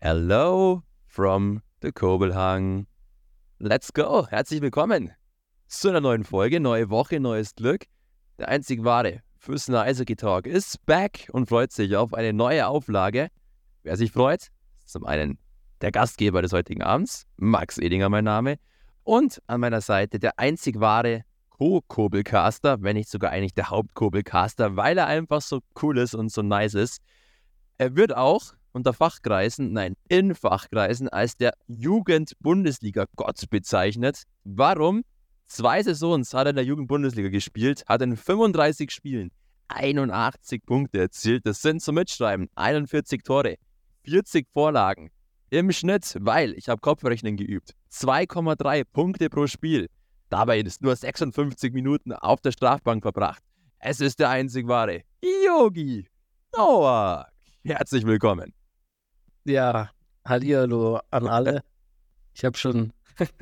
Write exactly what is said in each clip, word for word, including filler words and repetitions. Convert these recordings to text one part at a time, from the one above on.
Hello from the Kobelhang. Let's go. Herzlich willkommen zu einer neuen Folge. Neue Woche, neues Glück. Der einzig wahre Füßner Eishockey Talk ist back und freut sich auf eine neue Auflage. Wer sich freut, ist zum einen der Gastgeber des heutigen Abends, Max Edinger mein Name. Und an meiner Seite der einzig wahre Co-Kobelcaster, wenn nicht sogar eigentlich der Haupt-Kobelcaster, weil er einfach so cool ist und so nice ist. Er wird auch unter Fachkreisen, nein, in Fachkreisen als der Jugend-Bundesliga-Gott bezeichnet. Warum? Zwei Saisons hat er in der Jugend-Bundesliga gespielt, hat in fünfunddreißig Spielen einundachtzig Punkte erzielt. Das sind zum Mitschreiben einundvierzig Tore, vierzig Vorlagen im Schnitt, weil ich habe Kopfrechnen geübt, zwei Komma drei Punkte pro Spiel. Dabei ist nur sechsundfünfzig Minuten auf der Strafbank verbracht. Es ist der einzig wahre Yogi Noah. Herzlich willkommen. Ja, hallihallo an alle. Ich habe schon,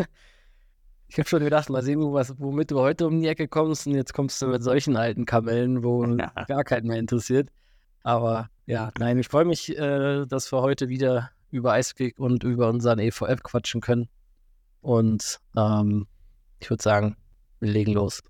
ich habe schon gedacht, mal sehen, was, womit du heute um die Ecke kommst. Und jetzt kommst du mit solchen alten Kamellen, wo ja. gar keinen mehr interessiert. Aber ja, nein, ich freue mich, äh, dass wir heute wieder über Eishockey und über unseren E V F quatschen können. Und ähm, ich würde sagen, wir legen los.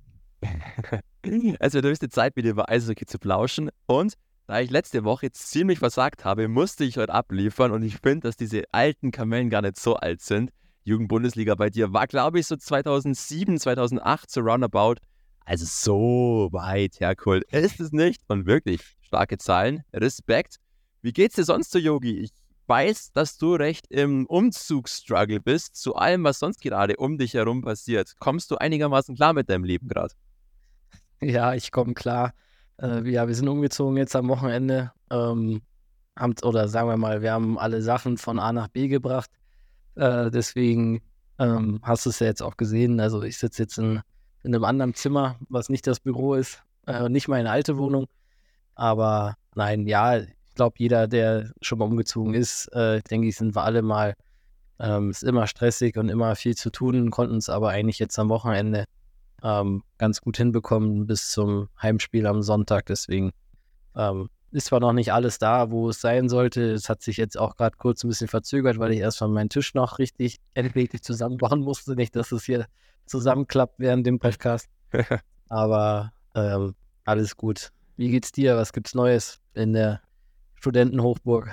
Es wird höchste Zeit, wieder über Eishockey zu plauschen. Und da ich letzte Woche ziemlich versagt habe, musste ich heute abliefern. Und ich finde, dass diese alten Kamellen gar nicht so alt sind. Jugendbundesliga bei dir war, glaube ich, so zweitausendsieben, zweitausendacht, so roundabout. Also so weit hergeholt ist es nicht. Und wirklich starke Zahlen. Respekt. Wie geht's dir sonst so, Yogi? Ich weiß, dass du recht im Umzugsstruggle bist, zu allem, was sonst gerade um dich herum passiert. Kommst du einigermaßen klar mit deinem Leben gerade? Ja, ich komme klar. Äh, ja, wir sind umgezogen jetzt am Wochenende. Ähm, haben, oder sagen wir mal, wir haben alle Sachen von A nach B gebracht. Äh, deswegen ähm, hast du es ja jetzt auch gesehen. Also ich sitze jetzt in, in einem anderen Zimmer, was nicht das Büro ist, äh, nicht meine alte Wohnung. Aber nein, ja, ich glaube, jeder, der schon mal umgezogen ist, äh, denke ich, sind wir alle mal. Ähm, ist immer stressig und immer viel zu tun, konnten es aber eigentlich jetzt am Wochenende ähm, ganz gut hinbekommen bis zum Heimspiel am Sonntag. Deswegen ähm, ist zwar noch nicht alles da, wo es sein sollte. Es hat sich jetzt auch gerade kurz ein bisschen verzögert, weil ich erstmal meinen Tisch noch richtig endgültig zusammenbauen musste. Nicht, dass es hier zusammenklappt während dem Podcast. Aber ähm, alles gut. Wie geht's dir? Was gibt's Neues in der Studentenhochburg?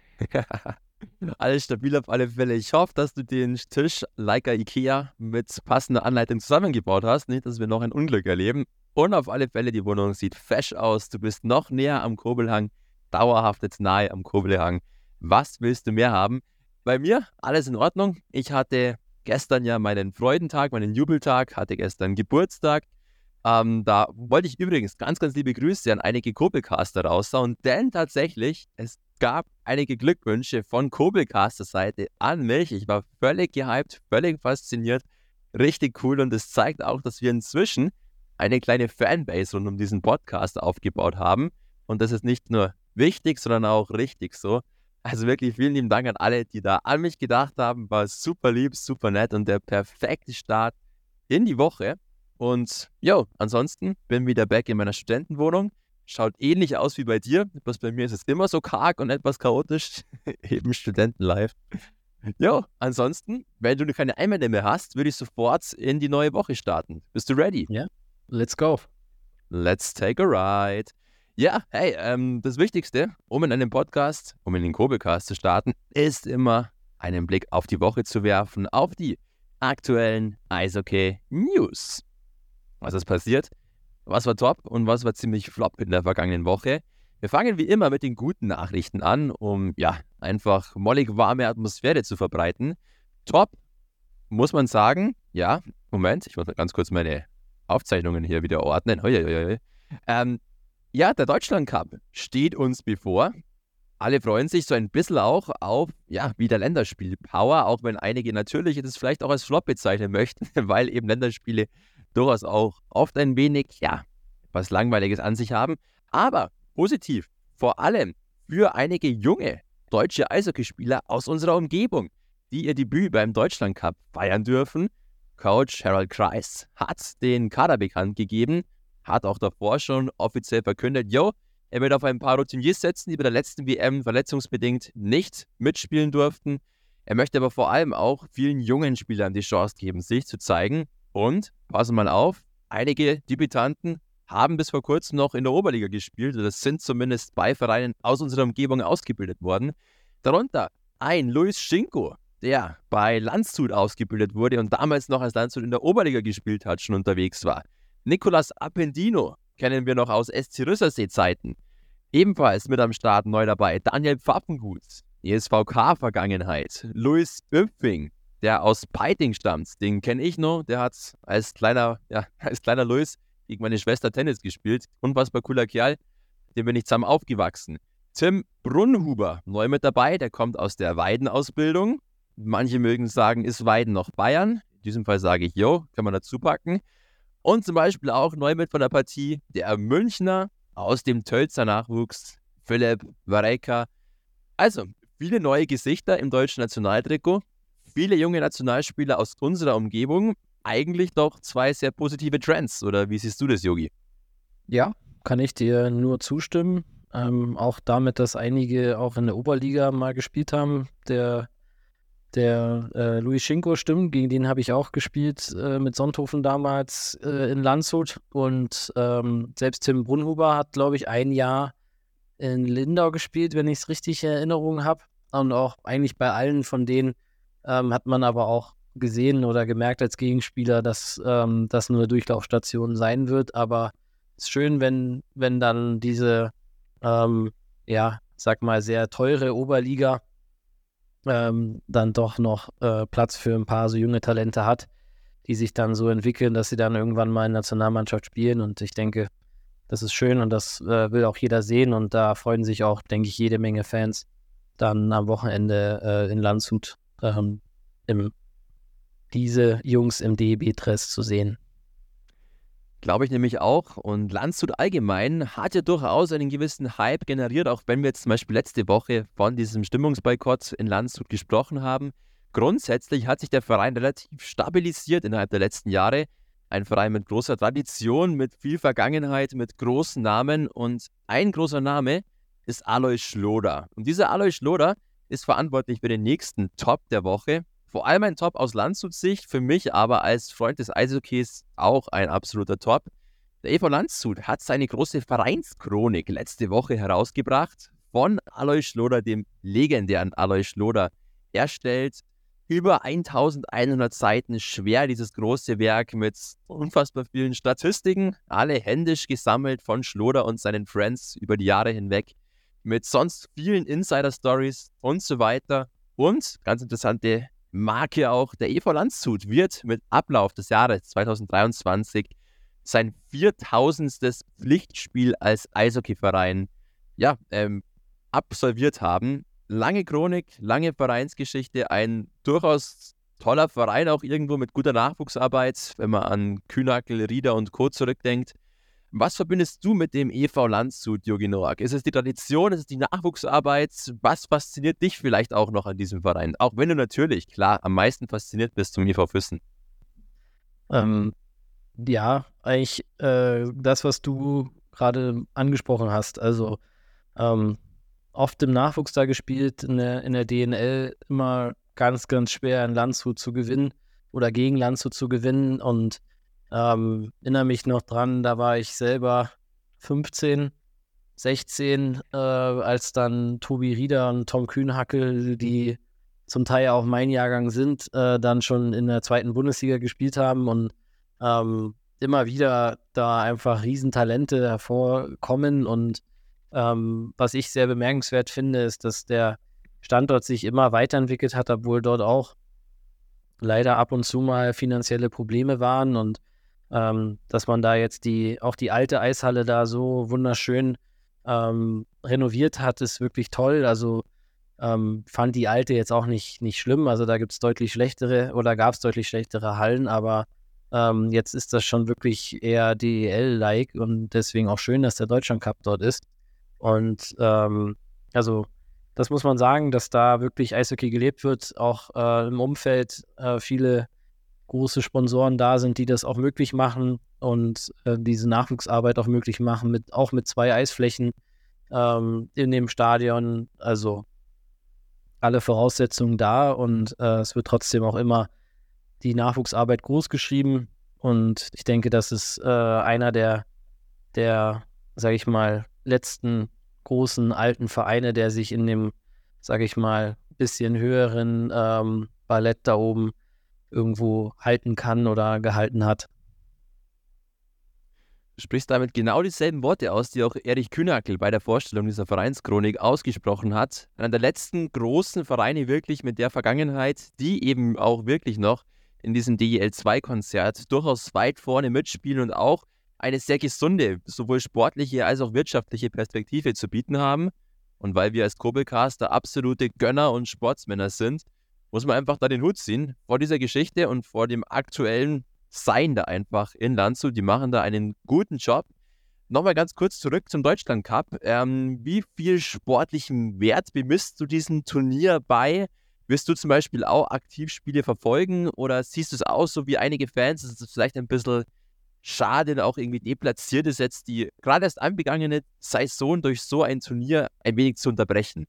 Alles stabil auf alle Fälle. Ich hoffe, dass du den Tisch like a Ikea mit passender Anleitung zusammengebaut hast. Nicht, dass wir noch ein Unglück erleben. Und auf alle Fälle, die Wohnung sieht fesch aus. Du bist noch näher am Kobelhang. Dauerhaft jetzt nahe am Kobelhang. Was willst du mehr haben? Bei mir alles in Ordnung. Ich hatte gestern ja meinen Freudentag, meinen Jubeltag. Hatte gestern Geburtstag. Ähm, da wollte ich übrigens ganz, ganz liebe Grüße an einige Kobelcaster raushauen. Denn tatsächlich, es gab einige Glückwünsche von Kobelcaster-Seite an mich. Ich war völlig gehypt, völlig fasziniert, richtig cool und es zeigt auch, dass wir inzwischen eine kleine Fanbase rund um diesen Podcast aufgebaut haben und das ist nicht nur wichtig, sondern auch richtig so. Also wirklich vielen lieben Dank an alle, die da an mich gedacht haben, war super lieb, super nett und der perfekte Start in die Woche. Und jo, ansonsten bin wieder back in meiner Studentenwohnung. Schaut ähnlich aus wie bei dir. Bloß bei mir ist es immer so karg und etwas chaotisch. Eben Studentenlife. Jo, ansonsten, wenn du keine Einwände mehr hast, würde ich sofort in die neue Woche starten. Bist du ready? Ja, let's go. Let's take a ride. Ja, hey, ähm, das Wichtigste, um in einem Podcast, um in den Kobelcast zu starten, ist immer einen Blick auf die Woche zu werfen, auf die aktuellen Eishockey-News. Was ist passiert? Was war top und was war ziemlich flop in der vergangenen Woche? Wir fangen wie immer mit den guten Nachrichten an, um ja einfach mollig warme Atmosphäre zu verbreiten. Top, muss man sagen, ja, Moment, ich muss mal ganz kurz meine Aufzeichnungen hier wieder ordnen. Hoi, hoi, hoi. Ähm, ja, der Deutschland Cup steht uns bevor. Alle freuen sich so ein bisschen auch auf, ja, wieder Länderspiel-Power, auch wenn einige natürlich das vielleicht auch als Flop bezeichnen möchten, weil eben Länderspiele durchaus auch oft ein wenig, ja, was Langweiliges an sich haben. Aber positiv, vor allem für einige junge deutsche Eishockeyspieler aus unserer Umgebung, die ihr Debüt beim Deutschland Cup feiern dürfen. Coach Harald Kreis hat den Kader bekannt gegeben, hat auch davor schon offiziell verkündet, yo, Er wird auf ein paar Routiniers setzen, die bei der letzten W M verletzungsbedingt nicht mitspielen durften. Er möchte aber vor allem auch vielen jungen Spielern die Chance geben, sich zu zeigen. Und, passen mal auf, einige Debütanten haben bis vor kurzem noch in der Oberliga gespielt. Das sind zumindest bei Vereinen aus unserer Umgebung ausgebildet worden. Darunter ein Luis Schinko, der bei Landshut ausgebildet wurde und damals noch als Landshut in der Oberliga gespielt hat, schon unterwegs war. Nicolas Appendino kennen wir noch aus S C Rüssersee-Zeiten. Ebenfalls mit am Start neu dabei Daniel Pfaffengut, E S V K-Vergangenheit. Luis Öpfing, der aus Peiting stammt, den kenne ich noch. Der hat als kleiner, ja, als kleiner Luis gegen meine Schwester Tennis gespielt. Unfassbar cooler Kerl, dem bin ich zusammen aufgewachsen. Tim Brunnhuber, neu mit dabei, der kommt aus der Weiden-Ausbildung. Manche mögen sagen, ist Weiden noch Bayern? In diesem Fall sage ich, jo, kann man dazu packen. Und zum Beispiel auch neu mit von der Partie der Münchner aus dem Tölzer Nachwuchs, Philipp Varejka. Also, viele neue Gesichter im deutschen Nationaltrikot, viele junge Nationalspieler aus unserer Umgebung. Eigentlich doch zwei sehr positive Trends, oder wie siehst du das, Yogi? Ja, kann ich dir nur zustimmen. Ähm, auch damit, dass einige auch in der Oberliga mal gespielt haben. Der, der äh, Luis Schinko, stimmt, gegen den habe ich auch gespielt äh, mit Sonthofen damals äh, in Landshut. Und ähm, selbst Tim Brunnhuber hat, glaube ich, ein Jahr in Lindau gespielt, wenn ich es richtig in Erinnerung habe. Und auch eigentlich bei allen von denen ähm, hat man aber auch gesehen oder gemerkt als Gegenspieler, dass ähm, das nur eine Durchlaufstation sein wird. Aber es ist schön, wenn, wenn dann diese, ähm, ja, sag mal, sehr teure Oberliga ähm, dann doch noch äh, Platz für ein paar so junge Talente hat, die sich dann so entwickeln, dass sie dann irgendwann mal in der Nationalmannschaft spielen. Und ich denke, das ist schön und das äh, will auch jeder sehen. Und da freuen sich auch, denke ich, jede Menge Fans dann am Wochenende äh, in Landshut ähm, im diese Jungs im D E B-Dress zu sehen. Glaube ich nämlich auch. Und Landshut allgemein hat ja durchaus einen gewissen Hype generiert, auch wenn wir jetzt zum Beispiel letzte Woche von diesem Stimmungsboykott in Landshut gesprochen haben. Grundsätzlich hat sich der Verein relativ stabilisiert innerhalb der letzten Jahre. Ein Verein mit großer Tradition, mit viel Vergangenheit, mit großen Namen. Und ein großer Name ist Alois Schloder. Und dieser Alois Schloder ist verantwortlich für den nächsten Top der Woche. Vor allem ein Top aus Landshuts Sicht, für mich aber als Freund des Eishockeys auch ein absoluter Top. Der E V Landshut hat seine große Vereinschronik letzte Woche herausgebracht von Alois Schloder, dem legendären Alois Schloder, erstellt. Über eintausendeinhundert Seiten schwer, dieses große Werk mit unfassbar vielen Statistiken, alle händisch gesammelt von Schloder und seinen Friends über die Jahre hinweg, mit sonst vielen Insider-Stories und so weiter. Und, ganz interessante Marke auch, der E V Landshut wird mit Ablauf des Jahres zweitausenddreiundzwanzig sein viertausendstes Pflichtspiel als Eishockeyverein ja, ähm, absolviert haben. Lange Chronik, lange Vereinsgeschichte, ein durchaus toller Verein, auch irgendwo mit guter Nachwuchsarbeit, wenn man an Kühnackel, Rieder und Co. zurückdenkt. Was verbindest du mit dem E V Landshut, Yogi Noack? Ist es die Tradition, ist es die Nachwuchsarbeit? Was fasziniert dich vielleicht auch noch an diesem Verein? Auch wenn du natürlich, klar, am meisten fasziniert bist zum E V Füssen. Ähm, ja, eigentlich äh, das, was du gerade angesprochen hast. Also ähm, oft im Nachwuchs da gespielt, in der, in der D N L immer ganz, ganz schwer in Landshut zu gewinnen oder gegen Landshut zu gewinnen. Und ähm, erinnere mich noch dran, da war ich selber fünfzehn, sechzehn, äh, als dann Tobi Rieder und Tom Kühnhackel, die zum Teil auch mein Jahrgang sind, äh, dann schon in der zweiten Bundesliga gespielt haben und ähm, immer wieder da einfach Riesentalente hervorkommen. Und ähm, was ich sehr bemerkenswert finde, ist, dass der Standort sich immer weiterentwickelt hat, obwohl dort auch leider ab und zu mal finanzielle Probleme waren und ähm, dass man da jetzt die auch die alte Eishalle da so wunderschön ähm, renoviert hat, ist wirklich toll. Also ähm, fand die alte jetzt auch nicht, nicht schlimm. Also da gibt es deutlich schlechtere oder gab es deutlich schlechtere Hallen, aber ähm, jetzt ist das schon wirklich eher D E L-like und deswegen auch schön, dass der Deutschland Cup dort ist. Und ähm, also das muss man sagen, dass da wirklich Eishockey gelebt wird, auch äh, im Umfeld äh, viele große Sponsoren da sind, die das auch möglich machen und äh, diese Nachwuchsarbeit auch möglich machen, mit, auch mit zwei Eisflächen. ähm, in dem Stadion. Also alle Voraussetzungen da und äh, es wird trotzdem auch immer die Nachwuchsarbeit groß geschrieben. Und ich denke, das ist äh, einer der, der, sage ich mal, letzten großen alten Vereine, der sich in dem, sage ich mal, bisschen höheren ähm, Ballett da oben irgendwo halten kann oder gehalten hat. Du sprichst damit genau dieselben Worte aus, die auch Erich Kühnhackl bei der Vorstellung dieser Vereinschronik ausgesprochen hat. Einer der letzten großen Vereine wirklich mit der Vergangenheit, die eben auch wirklich noch in diesem D E L zwei Konzert durchaus weit vorne mitspielen und auch eine sehr gesunde, sowohl sportliche als auch wirtschaftliche Perspektive zu bieten haben. Und weil wir als Kobelcaster absolute Gönner und Sportsmänner sind, muss man einfach da den Hut ziehen vor dieser Geschichte und vor dem aktuellen Sein da einfach in Landshut. Die machen da einen guten Job. Nochmal ganz kurz zurück zum Deutschland Cup. Ähm, wie viel sportlichen Wert bemisst du diesem Turnier bei? Wirst du zum Beispiel auch aktiv Spiele verfolgen oder siehst du es auch so wie einige Fans, dass es vielleicht ein bisschen schade und auch irgendwie deplatziert ist, jetzt die gerade erst anbegangene Saison durch so ein Turnier ein wenig zu unterbrechen?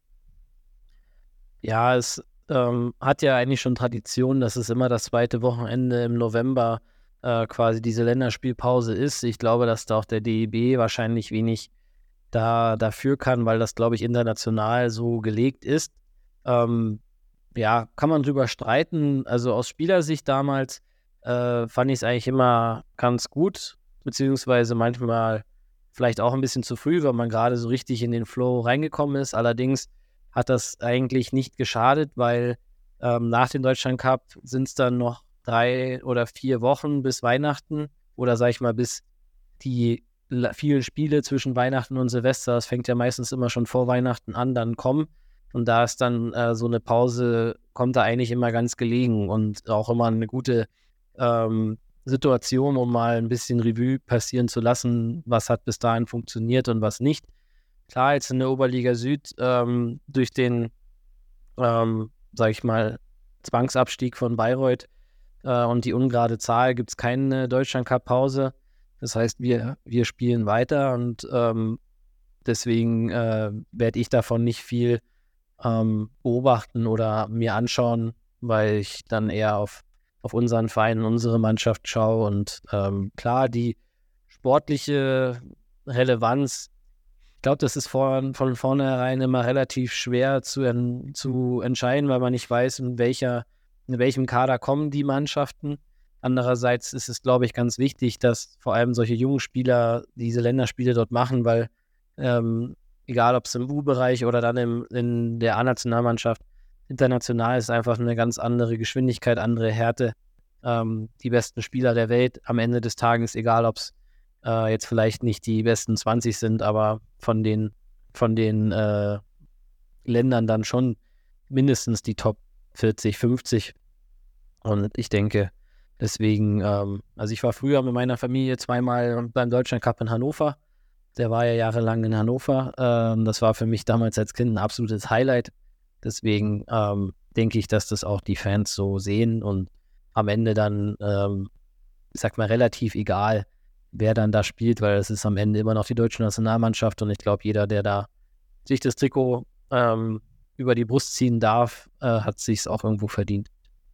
Ja, es ähm, hat ja eigentlich schon Tradition, dass es immer das zweite Wochenende im November äh, quasi diese Länderspielpause ist. Ich glaube, dass da auch der D E B wahrscheinlich wenig da dafür kann, weil das, glaube ich, international so gelegt ist. Ähm, ja, kann man drüber streiten. Also aus Spielersicht damals äh, fand ich es eigentlich immer ganz gut, beziehungsweise manchmal vielleicht auch ein bisschen zu früh, weil man gerade so richtig in den Flow reingekommen ist. Allerdings hat das eigentlich nicht geschadet, weil ähm, nach dem Deutschland Cup sind es dann noch drei oder vier Wochen bis Weihnachten oder sag ich mal bis die la- vielen Spiele zwischen Weihnachten und Silvester, das fängt ja meistens immer schon vor Weihnachten an, dann kommen. Und da ist dann äh, so eine Pause, kommt da eigentlich immer ganz gelegen und auch immer eine gute ähm, Situation, um mal ein bisschen Revue passieren zu lassen, was hat bis dahin funktioniert und was nicht. Klar, jetzt in der Oberliga Süd ähm, durch den, ähm, sag ich mal, Zwangsabstieg von Bayreuth äh, und die ungerade Zahl gibt es keine Deutschland-Cup-Pause. Das heißt, wir, wir spielen weiter und ähm, deswegen äh, werde ich davon nicht viel ähm, beobachten oder mir anschauen, weil ich dann eher auf, auf unseren Verein, unsere Mannschaft schaue. Und ähm, klar, die sportliche Relevanz, ich glaube, das ist von, von vornherein immer relativ schwer zu, en, zu entscheiden, weil man nicht weiß, in, welcher, in welchem Kader kommen die Mannschaften. Andererseits ist es, glaube ich, ganz wichtig, dass vor allem solche jungen Spieler diese Länderspiele dort machen, weil ähm, egal ob es im U-Bereich oder dann im, in der A-Nationalmannschaft, international ist einfach eine ganz andere Geschwindigkeit, andere Härte. Ähm, die besten Spieler der Welt am Ende des Tages, egal ob es äh, jetzt vielleicht nicht die besten zwanzig sind, aber von den, von den äh, Ländern dann schon mindestens die Top vierzig, fünfzig. Und ich denke, deswegen, ähm, also ich war früher mit meiner Familie zweimal beim Deutschland Cup in Hannover. Der war ja jahrelang in Hannover. Ähm, das war für mich damals als Kind ein absolutes Highlight. Deswegen ähm, denke ich, dass das auch die Fans so sehen und am Ende dann, ähm, ich sag mal, relativ egal, wer dann da spielt, weil es ist am Ende immer noch die deutsche Nationalmannschaft und ich glaube, jeder, der da sich das Trikot ähm, über die Brust ziehen darf, äh, hat sich's auch irgendwo verdient.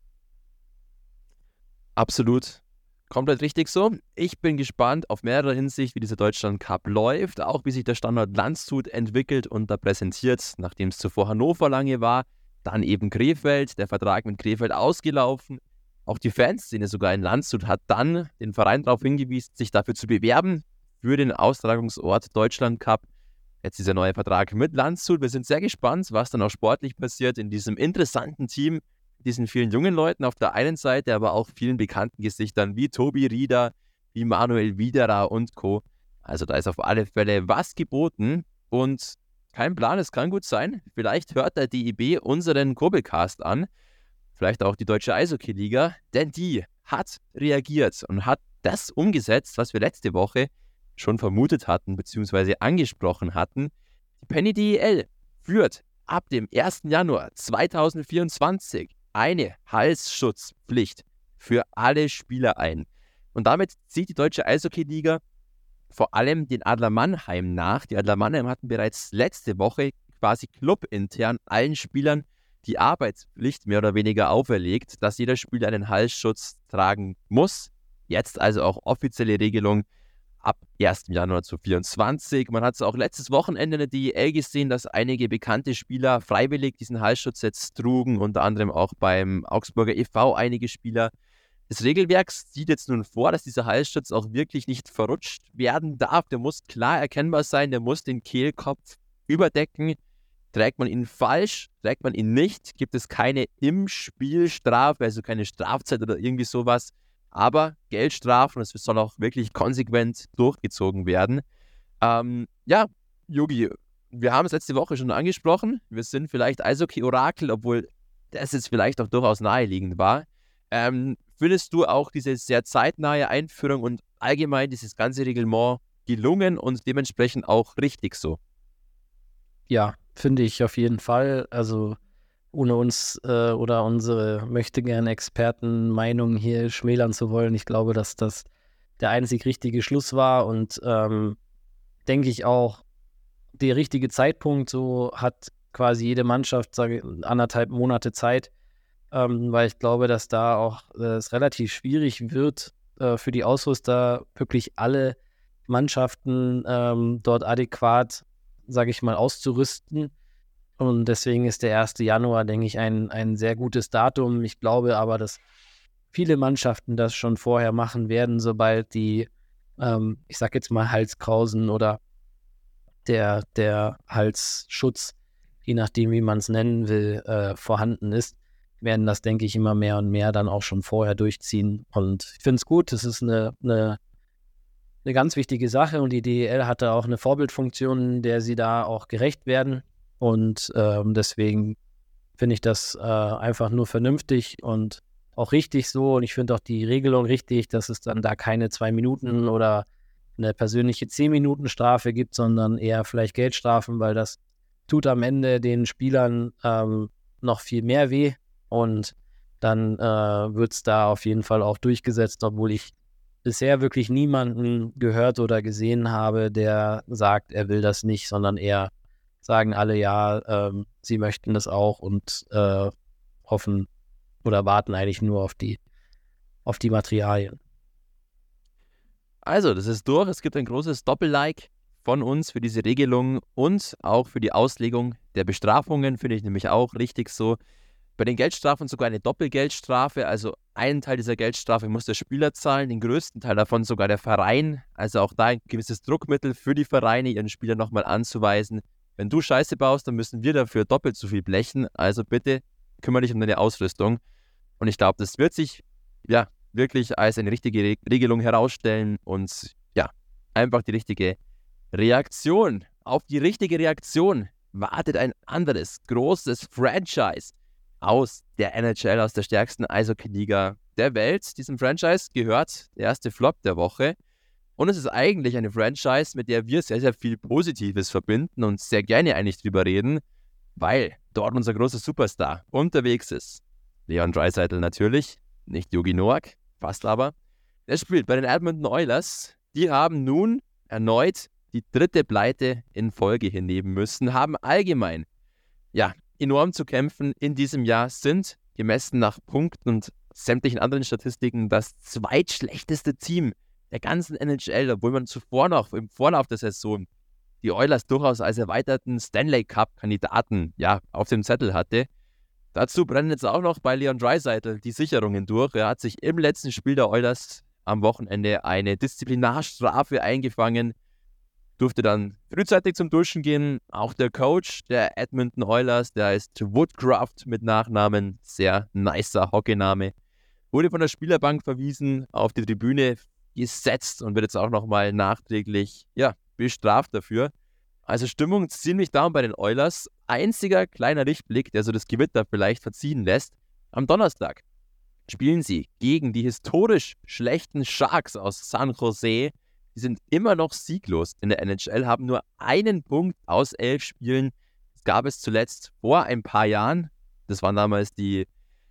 Absolut. Komplett richtig so. Ich bin gespannt auf mehrere Hinsicht, wie dieser Deutschland Cup läuft, auch wie sich der Standort Landshut entwickelt und da präsentiert, nachdem es zuvor Hannover lange war, dann eben Krefeld, der Vertrag mit Krefeld ausgelaufen. Auch die Fanszene sogar in Landshut hat dann den Verein darauf hingewiesen, sich dafür zu bewerben für den Austragungsort Deutschland Cup. Jetzt dieser neue Vertrag mit Landshut. Wir sind sehr gespannt, was dann auch sportlich passiert in diesem interessanten Team, diesen vielen jungen Leuten auf der einen Seite, aber auch vielen bekannten Gesichtern wie Tobi Rieder, wie Manuel Widerer und Co. Also da ist auf alle Fälle was geboten und kein Plan, es kann gut sein. Vielleicht hört der D E B unseren Kurbelcast an, vielleicht auch die Deutsche Eishockey-Liga, denn die hat reagiert und hat das umgesetzt, was wir letzte Woche schon vermutet hatten bzw. angesprochen hatten. Die Penny D E L führt ab dem ersten Januar zweitausendvierundzwanzig eine Halsschutzpflicht für alle Spieler ein. Und damit zieht die Deutsche Eishockey-Liga vor allem den Adler Mannheim nach. Die Adler Mannheim hatten bereits letzte Woche quasi clubintern allen Spielern die Arbeitspflicht mehr oder weniger auferlegt, dass jeder Spieler einen Halsschutz tragen muss. Jetzt also auch offizielle Regelung ab ersten Januar zweitausendvierundzwanzig. Man hat es auch letztes Wochenende in der D E L gesehen, dass einige bekannte Spieler freiwillig diesen Halsschutz jetzt trugen, unter anderem auch beim Augsburger e V einige Spieler. Das Regelwerk sieht jetzt nun vor, dass dieser Halsschutz auch wirklich nicht verrutscht werden darf. Der muss klar erkennbar sein, der muss den Kehlkopf überdecken. Trägt man ihn falsch, trägt man ihn nicht, gibt es keine im Spiel Strafe, also keine Strafzeit oder irgendwie sowas, aber Geldstrafen, das soll auch wirklich konsequent durchgezogen werden. Ähm, ja, Jogi, wir haben es letzte Woche schon angesprochen, wir sind vielleicht Eishockey-Orakel, obwohl das jetzt vielleicht auch durchaus naheliegend war. Ähm, findest du auch diese sehr zeitnahe Einführung und allgemein dieses ganze Reglement gelungen und dementsprechend auch richtig so? Ja, finde ich auf jeden Fall. Also ohne uns äh, oder unsere möchtegern Expertenmeinung hier schmälern zu wollen, ich glaube, dass das der einzig richtige Schluss war und ähm, denke ich auch, der richtige Zeitpunkt, so hat quasi jede Mannschaft, sage ich, anderthalb Monate Zeit, ähm, weil ich glaube, dass da auch äh, es relativ schwierig wird, äh, für die Ausrüster wirklich alle Mannschaften ähm, dort adäquat, sage ich mal, auszurüsten. Und deswegen ist der erste Januar, denke ich, ein, ein sehr gutes Datum. Ich glaube aber, dass viele Mannschaften das schon vorher machen werden, sobald die, ähm, ich sag jetzt mal, Halskrausen oder der, der Halsschutz, je nachdem, wie man es nennen will, äh, vorhanden ist, werden das, denke ich, immer mehr und mehr dann auch schon vorher durchziehen. Und ich finde es gut, es ist eine, eine, eine ganz wichtige Sache und die D E L hatte auch eine Vorbildfunktion, in der sie da auch gerecht werden. Und ähm, deswegen finde ich das äh, einfach nur vernünftig und auch richtig so. Und ich finde auch die Regelung richtig, dass es dann da keine zwei Minuten oder eine persönliche zehn Minuten Strafe gibt, sondern eher vielleicht Geldstrafen, weil das tut am Ende den Spielern ähm, noch viel mehr weh. Und dann äh, wird es da auf jeden Fall auch durchgesetzt, obwohl ich bisher wirklich niemanden gehört oder gesehen habe, der sagt, er will das nicht, sondern eher sagen alle, ja, ähm, sie möchten das auch und äh, hoffen oder warten eigentlich nur auf die, auf die Materialien. Also, das ist durch. Es gibt ein großes Doppel-Like von uns für diese Regelung und auch für die Auslegung der Bestrafungen, finde ich nämlich auch richtig so. Bei den Geldstrafen sogar eine Doppelgeldstrafe, also einen Teil dieser Geldstrafe muss der Spieler zahlen, den größten Teil davon sogar der Verein. Also auch da ein gewisses Druckmittel für die Vereine, ihren Spielern nochmal anzuweisen. Wenn du Scheiße baust, dann müssen wir dafür doppelt so viel blechen. Also bitte kümmere dich um deine Ausrüstung. Und ich glaube, das wird sich ja wirklich als eine richtige Re- Regelung herausstellen und ja, einfach die richtige Reaktion. Auf die richtige Reaktion wartet ein anderes großes Franchise aus der N H L, aus der stärksten Eishockey-Liga der Welt. Diesem Franchise gehört der erste Flop der Woche. Und es ist eigentlich eine Franchise, mit der wir sehr, sehr viel Positives verbinden und sehr gerne eigentlich drüber reden, weil dort unser großer Superstar unterwegs ist. Leon Draisaitl natürlich, nicht Jogi Noak, fast aber. Der spielt bei den Edmonton Oilers. Die haben nun erneut die dritte Pleite in Folge hinnehmen müssen, haben allgemein ja enorm zu kämpfen in diesem Jahr, sind gemessen nach Punkten und sämtlichen anderen Statistiken das zweitschlechteste Team der ganzen N H L, obwohl man zuvor noch im Vorlauf der Saison die Oilers durchaus als erweiterten Stanley Cup-Kandidaten ja, auf dem Zettel hatte. Dazu brennen jetzt auch noch bei Leon Draisaitl die Sicherungen durch. Er hat sich im letzten Spiel der Oilers am Wochenende eine Disziplinarstrafe eingefangen, durfte dann frühzeitig zum Duschen gehen. Auch der Coach der Edmonton Oilers, der heißt Woodcraft mit Nachnamen, sehr nicer Hockeyname, wurde von der Spielerbank verwiesen, auf die Tribüne gesetzt und wird jetzt auch nochmal nachträglich ja, bestraft dafür. Also Stimmung ziemlich down bei den Oilers. Einziger kleiner Lichtblick, der so das Gewitter vielleicht verziehen lässt. Am Donnerstag spielen sie gegen die historisch schlechten Sharks aus San Jose. Die sind immer noch sieglos in der N H L, haben nur einen Punkt aus elf Spielen. Das gab es zuletzt vor ein paar Jahren. Das waren damals die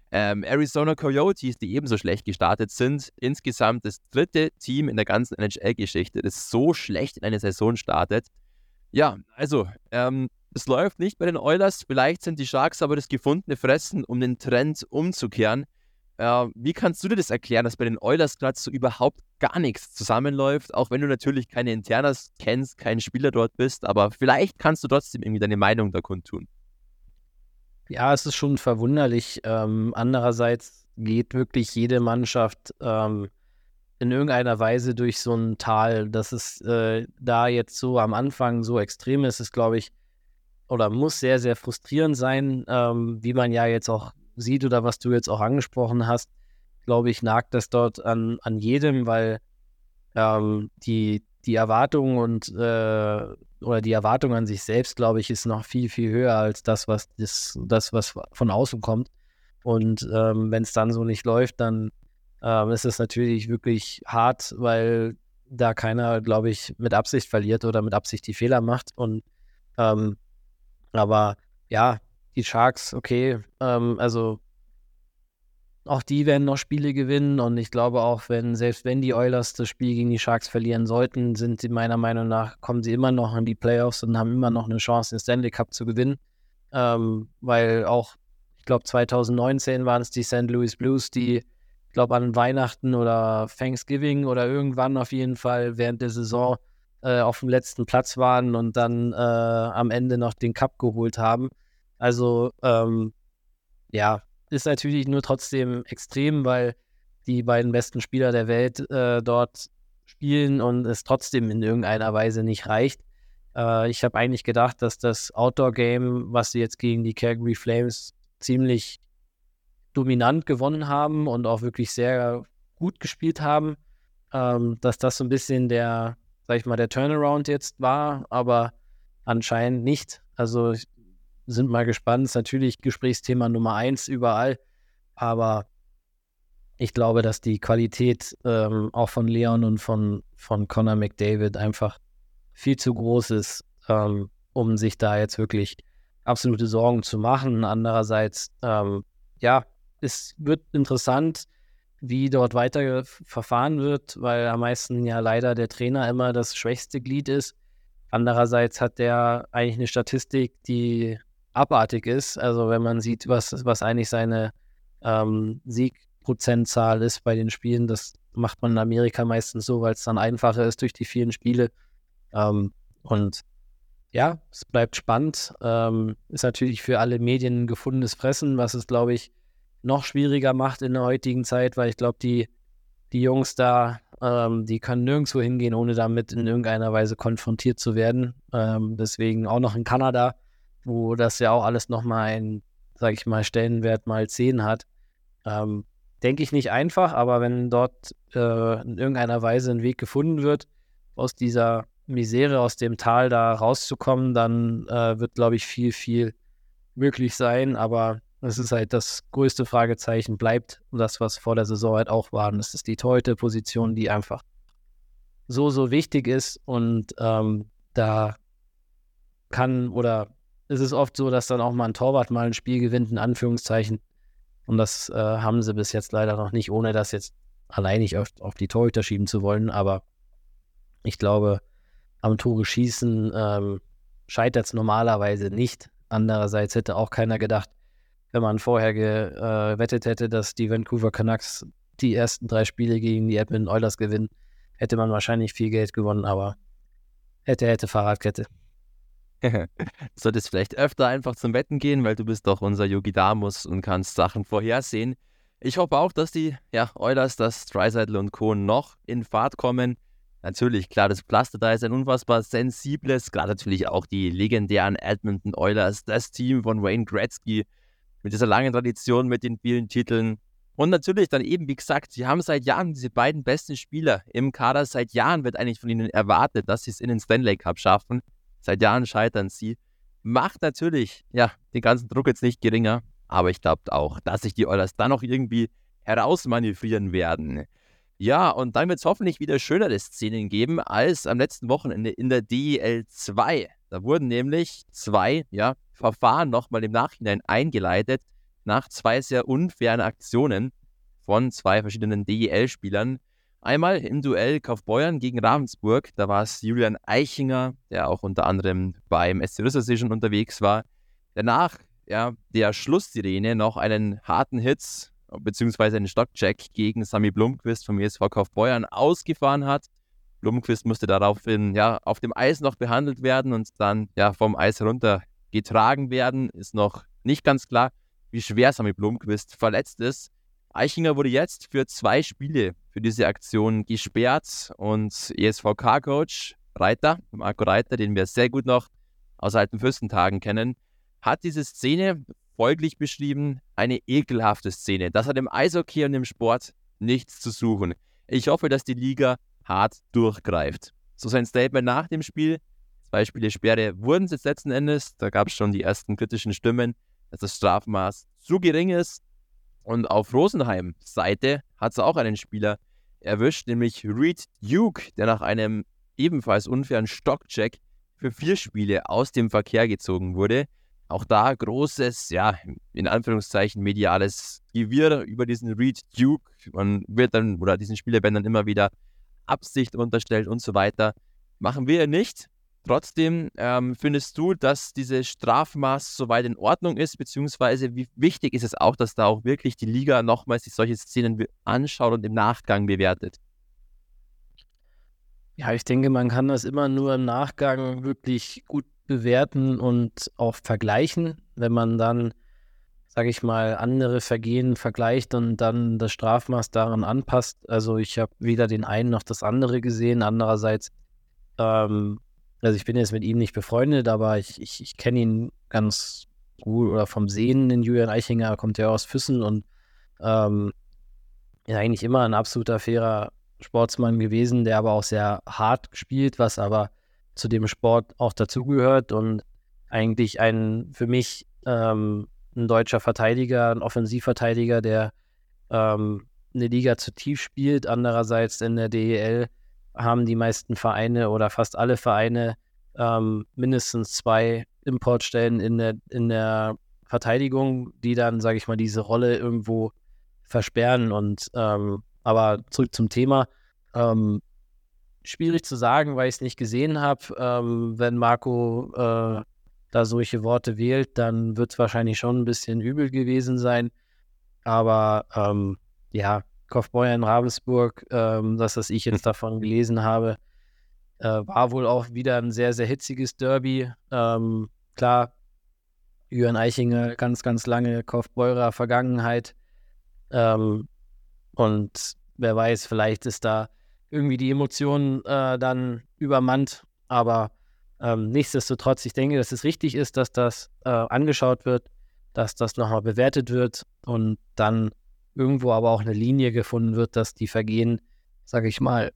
Ähm, Arizona Coyotes, die ebenso schlecht gestartet sind, insgesamt das dritte Team in der ganzen N H L-Geschichte, das so schlecht in eine Saison startet. Ja, also, ähm, es läuft nicht bei den Oilers. Vielleicht sind die Sharks aber das gefundene Fressen, um den Trend umzukehren. Äh, wie kannst du dir das erklären, dass bei den Oilers gerade so überhaupt gar nichts zusammenläuft? Auch wenn du natürlich keine Internas kennst, kein Spieler dort bist, aber vielleicht kannst du trotzdem irgendwie deine Meinung da kundtun. Ja, es ist schon verwunderlich. Ähm, andererseits geht wirklich jede Mannschaft ähm, in irgendeiner Weise durch so ein Tal. Dass es äh, da jetzt so am Anfang so extrem ist, ist, glaube ich, oder muss sehr, sehr frustrierend sein, ähm, wie man ja jetzt auch sieht oder was du jetzt auch angesprochen hast. Glaube ich, nagt das dort an, an jedem, weil ähm, die, die Erwartungen und äh, oder die Erwartung an sich selbst, glaube ich, ist noch viel, viel höher als das, was das, das was von außen kommt. Und ähm, wenn es dann so nicht läuft, dann ähm, ist es natürlich wirklich hart, weil da keiner, glaube ich, mit Absicht verliert oder mit Absicht die Fehler macht. Und ähm, aber ja, die Sharks, okay, ähm, also auch die werden noch Spiele gewinnen und ich glaube auch, wenn, selbst wenn die Oilers das Spiel gegen die Sharks verlieren sollten, sind sie meiner Meinung nach, kommen sie immer noch in die Playoffs und haben immer noch eine Chance, den Stanley Cup zu gewinnen. Ähm, weil auch, ich glaube, zwanzig neunzehn waren es die Saint Louis Blues, die, ich glaube, an Weihnachten oder Thanksgiving oder irgendwann auf jeden Fall während der Saison äh, auf dem letzten Platz waren und dann äh, am Ende noch den Cup geholt haben. Also, ähm, ja, ist natürlich nur trotzdem extrem, weil die beiden besten Spieler der Welt äh, dort spielen und es trotzdem in irgendeiner Weise nicht reicht. Äh, ich habe eigentlich gedacht, dass das Outdoor-Game, was sie jetzt gegen die Calgary Flames ziemlich dominant gewonnen haben und auch wirklich sehr gut gespielt haben, ähm, dass das so ein bisschen der, sag ich mal, der Turnaround jetzt war, aber anscheinend nicht. Also ich sind mal gespannt. Ist natürlich Gesprächsthema Nummer eins überall, aber ich glaube, dass die Qualität ähm, auch von Leon und von, von Connor McDavid einfach viel zu groß ist, ähm, um sich da jetzt wirklich absolute Sorgen zu machen. Andererseits, ähm, ja, es wird interessant, wie dort weiter verfahren wird, weil am meisten ja leider der Trainer immer das schwächste Glied ist. Andererseits hat der eigentlich eine Statistik, die abartig ist. Also wenn man sieht, was, was eigentlich seine ähm, Siegprozentzahl ist bei den Spielen, das macht man in Amerika meistens so, weil es dann einfacher ist durch die vielen Spiele. Ähm, und ja, es bleibt spannend. Ähm, ist natürlich für alle Medien ein gefundenes Fressen, was es, glaube ich, noch schwieriger macht in der heutigen Zeit, weil ich glaube, die, die Jungs da, ähm, die können nirgendwo hingehen, ohne damit in irgendeiner Weise konfrontiert zu werden. Ähm, deswegen auch noch in Kanada, wo das ja auch alles nochmal einen, sag ich mal, Stellenwert mal zehn hat. Ähm, denke ich nicht einfach, aber wenn dort äh, in irgendeiner Weise ein Weg gefunden wird, aus dieser Misere, aus dem Tal da rauszukommen, dann äh, wird, glaube ich, viel, viel möglich sein, aber es ist halt das größte Fragezeichen bleibt das, was vor der Saison halt auch war. Und das ist die Torhüter-Position, die einfach so, so wichtig ist. Und ähm, da kann oder ist es oft so, dass dann auch mal ein Torwart mal ein Spiel gewinnt, in Anführungszeichen. Und das äh, haben sie bis jetzt leider noch nicht, ohne das jetzt alleinig auf, auf die Torhüter schieben zu wollen. Aber ich glaube, am Tore schießen ähm, scheitert es normalerweise nicht. Andererseits hätte auch keiner gedacht, wenn man vorher gewettet äh, hätte, dass die Vancouver Canucks die ersten drei Spiele gegen die Edmonton Oilers gewinnen, hätte man wahrscheinlich viel Geld gewonnen, aber hätte, hätte Fahrradkette. Solltest vielleicht öfter einfach zum Wetten gehen, weil du bist doch unser Yogi Damus und kannst Sachen vorhersehen. Ich hoffe auch, dass die ja, Oilers, dass Draisaitl und Co. noch in Fahrt kommen. Natürlich, klar, das Pflaster da ist ein unfassbar sensibles, gerade natürlich auch die legendären Edmonton Oilers, das Team von Wayne Gretzky, mit dieser langen Tradition, mit den vielen Titeln. Und natürlich dann eben, wie gesagt, sie haben seit Jahren diese beiden besten Spieler im Kader. Seit Jahren wird eigentlich von ihnen erwartet, dass sie es in den Stanley Cup schaffen. Seit Jahren scheitern sie. Macht natürlich, ja, den ganzen Druck jetzt nicht geringer. Aber ich glaube auch, dass sich die Oilers dann noch irgendwie herausmanövrieren werden. Ja, und dann wird es hoffentlich wieder schönere Szenen geben als am letzten Wochenende in der D E L zwei. Da wurden nämlich zwei ja, Verfahren nochmal im Nachhinein eingeleitet, nach zwei sehr unfairen Aktionen von zwei verschiedenen D E L-Spielern. Einmal im Duell Kaufbeuren gegen Ravensburg, da war es Julian Eichinger, der auch unter anderem beim S C Rüsselsee schon unterwegs war. Danach, ja, der Schlusssirene noch einen harten Hit beziehungsweise einen Stockcheck gegen Sami Blomqvist vom E S V Kaufbeuren ausgefahren hat. Blomqvist musste daraufhin ja, auf dem Eis noch behandelt werden und dann ja, vom Eis runter getragen werden. Ist noch nicht ganz klar, wie schwer Sami Blomqvist verletzt ist. Eichinger wurde jetzt für zwei Spiele für diese Aktion gesperrt und E S V K-Coach Reiter, Marco Reiter, den wir sehr gut noch aus alten Fürstentagen kennen, hat diese Szene folglich beschrieben: eine ekelhafte Szene. Das hat im Eishockey und im Sport nichts zu suchen. Ich hoffe, dass die Liga hart durchgreift. So sein Statement nach dem Spiel. Zwei Spiele Sperre wurden es jetzt letzten Endes. Da gab es schon die ersten kritischen Stimmen, dass das Strafmaß zu gering ist. Und auf Rosenheim Seite hat es auch einen Spieler erwischt, nämlich Reed Duke, der nach einem ebenfalls unfairen Stockcheck für vier Spiele aus dem Verkehr gezogen wurde. Auch da großes, ja, in Anführungszeichen mediales Gewirr über diesen Reed Duke. Man wird dann, oder diesen Spieler werden dann immer wieder Absicht unterstellt und so weiter. Machen wir nicht. Trotzdem ähm, findest du, dass dieses Strafmaß soweit in Ordnung ist, beziehungsweise wie wichtig ist es auch, dass da auch wirklich die Liga nochmals sich solche Szenen anschaut und im Nachgang bewertet? Ja, ich denke, man kann das immer nur im Nachgang wirklich gut bewerten und auch vergleichen, wenn man dann, sage ich mal, andere Vergehen vergleicht und dann das Strafmaß daran anpasst. Also ich habe weder den einen noch das andere gesehen. Andererseits, ähm, also ich bin jetzt mit ihm nicht befreundet, aber ich, ich, ich kenne ihn ganz gut oder vom Sehen, den Julian Eichinger, kommt ja aus Füssen und ähm, ist eigentlich immer ein absoluter fairer Sportsmann gewesen, der aber auch sehr hart spielt, was aber zu dem Sport auch dazugehört und eigentlich ein, für mich, ähm, ein deutscher Verteidiger, ein Offensivverteidiger, der ähm, eine Liga zu tief spielt. Andererseits in der D E L haben die meisten Vereine oder fast alle Vereine ähm, mindestens zwei Importstellen in der, in der Verteidigung, die dann, sage ich mal, diese Rolle irgendwo versperren. Und ähm, aber zurück zum Thema. Ähm, schwierig zu sagen, weil ich es nicht gesehen habe. Ähm, wenn Marco äh, da solche Worte wählt, dann wird es wahrscheinlich schon ein bisschen übel gewesen sein. Aber ähm, ja, Kaufbeuren Ravensburg, ähm, das, was ich jetzt davon gelesen habe, äh, war wohl auch wieder ein sehr, sehr hitziges Derby. Ähm, klar, Julian Eichinger, ganz, ganz lange Kaufbeurer Vergangenheit. Ähm, und wer weiß, vielleicht ist da irgendwie die Emotion äh, dann übermannt. Aber ähm, nichtsdestotrotz, ich denke, dass es richtig ist, dass das äh, angeschaut wird, dass das nochmal bewertet wird und dann irgendwo aber auch eine Linie gefunden wird, dass die Vergehen, sage ich mal,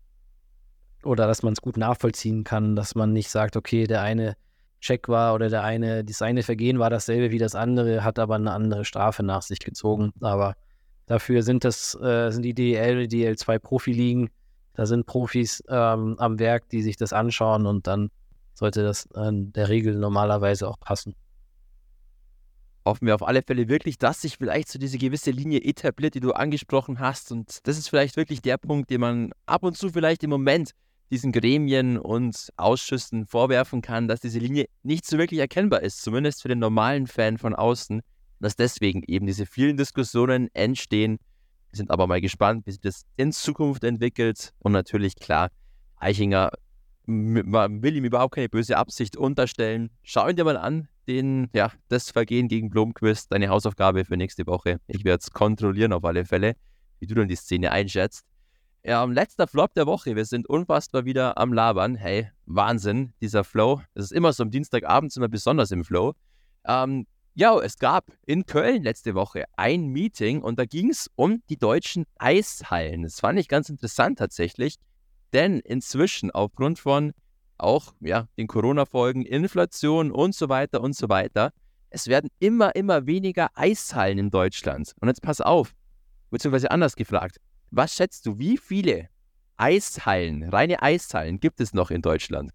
oder dass man es gut nachvollziehen kann, dass man nicht sagt, okay, der eine Check war oder der eine, das eine Vergehen war dasselbe wie das andere, hat aber eine andere Strafe nach sich gezogen. Aber dafür sind das, äh, sind die D E L, D E L zwei Profiligen, da sind Profis ähm, am Werk, die sich das anschauen und dann sollte das in der Regel normalerweise auch passen. Hoffen wir auf alle Fälle wirklich, dass sich vielleicht so diese gewisse Linie etabliert, die du angesprochen hast. Und das ist vielleicht wirklich der Punkt, den man ab und zu vielleicht im Moment diesen Gremien und Ausschüssen vorwerfen kann, dass diese Linie nicht so wirklich erkennbar ist, zumindest für den normalen Fan von außen, dass deswegen eben diese vielen Diskussionen entstehen. Wir sind aber mal gespannt, wie sich das in Zukunft entwickelt. Und natürlich, klar, Eichinger, man will ihm überhaupt keine böse Absicht unterstellen. Schau ihn dir mal an, den, ja, das Vergehen gegen Blomqvist, deine Hausaufgabe für nächste Woche. Ich werde es kontrollieren auf alle Fälle, wie du dann die Szene einschätzt. Ja, letzter Flop der Woche. Wir sind unfassbar wieder am Labern. Hey, Wahnsinn, dieser Flow. Es ist immer so am Dienstagabend, sind wir besonders im Flow. Ähm, ja, es gab in Köln letzte Woche ein Meeting und da ging es um die deutschen Eishallen. Das fand ich ganz interessant tatsächlich, denn inzwischen aufgrund von auch ja, den Corona-Folgen, Inflation und so weiter und so weiter, es werden immer, immer weniger Eishallen in Deutschland. Und jetzt pass auf, beziehungsweise anders gefragt, was schätzt du, wie viele Eishallen, reine Eishallen gibt es noch in Deutschland?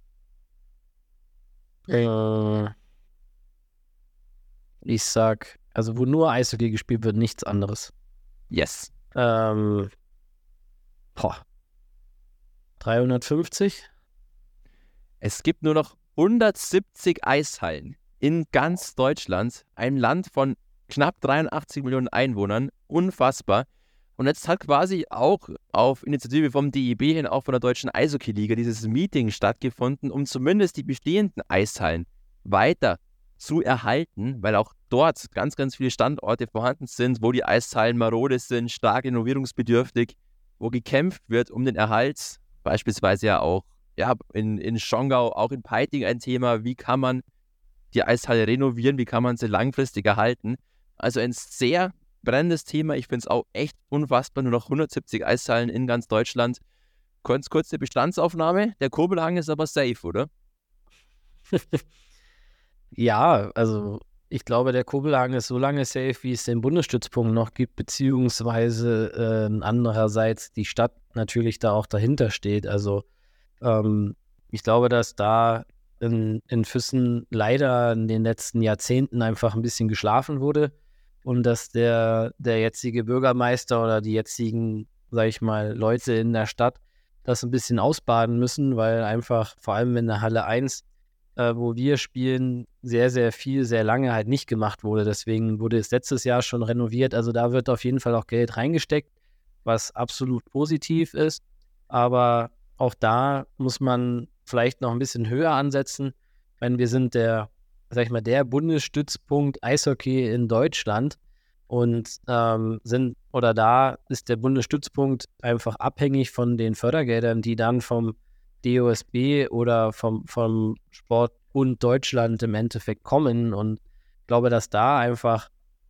Äh, ich sag Also wo nur Eishockey gespielt wird, nichts anderes. Yes. Ähm, boah. dreihundertfünfzig? Es gibt nur noch hundertsiebzig Eishallen in ganz Deutschland. Ein Land von knapp dreiundachtzig Millionen Einwohnern. Unfassbar. Und jetzt hat quasi auch auf Initiative vom D E B hin, auch von der Deutschen Eishockey-Liga, dieses Meeting stattgefunden, um zumindest die bestehenden Eishallen weiter zu erhalten, weil auch dort ganz, ganz viele Standorte vorhanden sind, wo die Eishallen marode sind, stark renovierungsbedürftig, wo gekämpft wird um den Erhalt. Beispielsweise ja auch ja, in, in Schongau, auch in Peiting ein Thema, wie kann man die Eishalle renovieren, wie kann man sie langfristig erhalten. Also ein sehr brennendes Thema. Ich finde es auch echt unfassbar. Nur noch hundertsiebzig Eishallen in ganz Deutschland. Kurz, kurze Bestandsaufnahme. Der Kobelhang ist aber safe, oder? Ja, also ich glaube, der Kobelhang ist so lange safe, wie es den Bundesstützpunkt noch gibt, beziehungsweise äh, andererseits die Stadt natürlich da auch dahinter steht. Also ähm, ich glaube, dass da in, in Füssen leider in den letzten Jahrzehnten einfach ein bisschen geschlafen wurde und dass der, der jetzige Bürgermeister oder die jetzigen, sag ich mal, Leute in der Stadt das ein bisschen ausbaden müssen, weil einfach vor allem in der Halle eins, äh, wo wir spielen, sehr, sehr viel, sehr lange halt nicht gemacht wurde. Deswegen wurde es letztes Jahr schon renoviert. Also da wird auf jeden Fall auch Geld reingesteckt, was absolut positiv ist. Aber auch da muss man vielleicht noch ein bisschen höher ansetzen. Ich meine, wir sind der, sag ich mal, der Bundesstützpunkt Eishockey in Deutschland und ähm, sind, oder da ist der Bundesstützpunkt einfach abhängig von den Fördergeldern, die dann vom D O S B oder vom, vom Sportbund Deutschland im Endeffekt kommen. Und ich glaube, dass da einfach,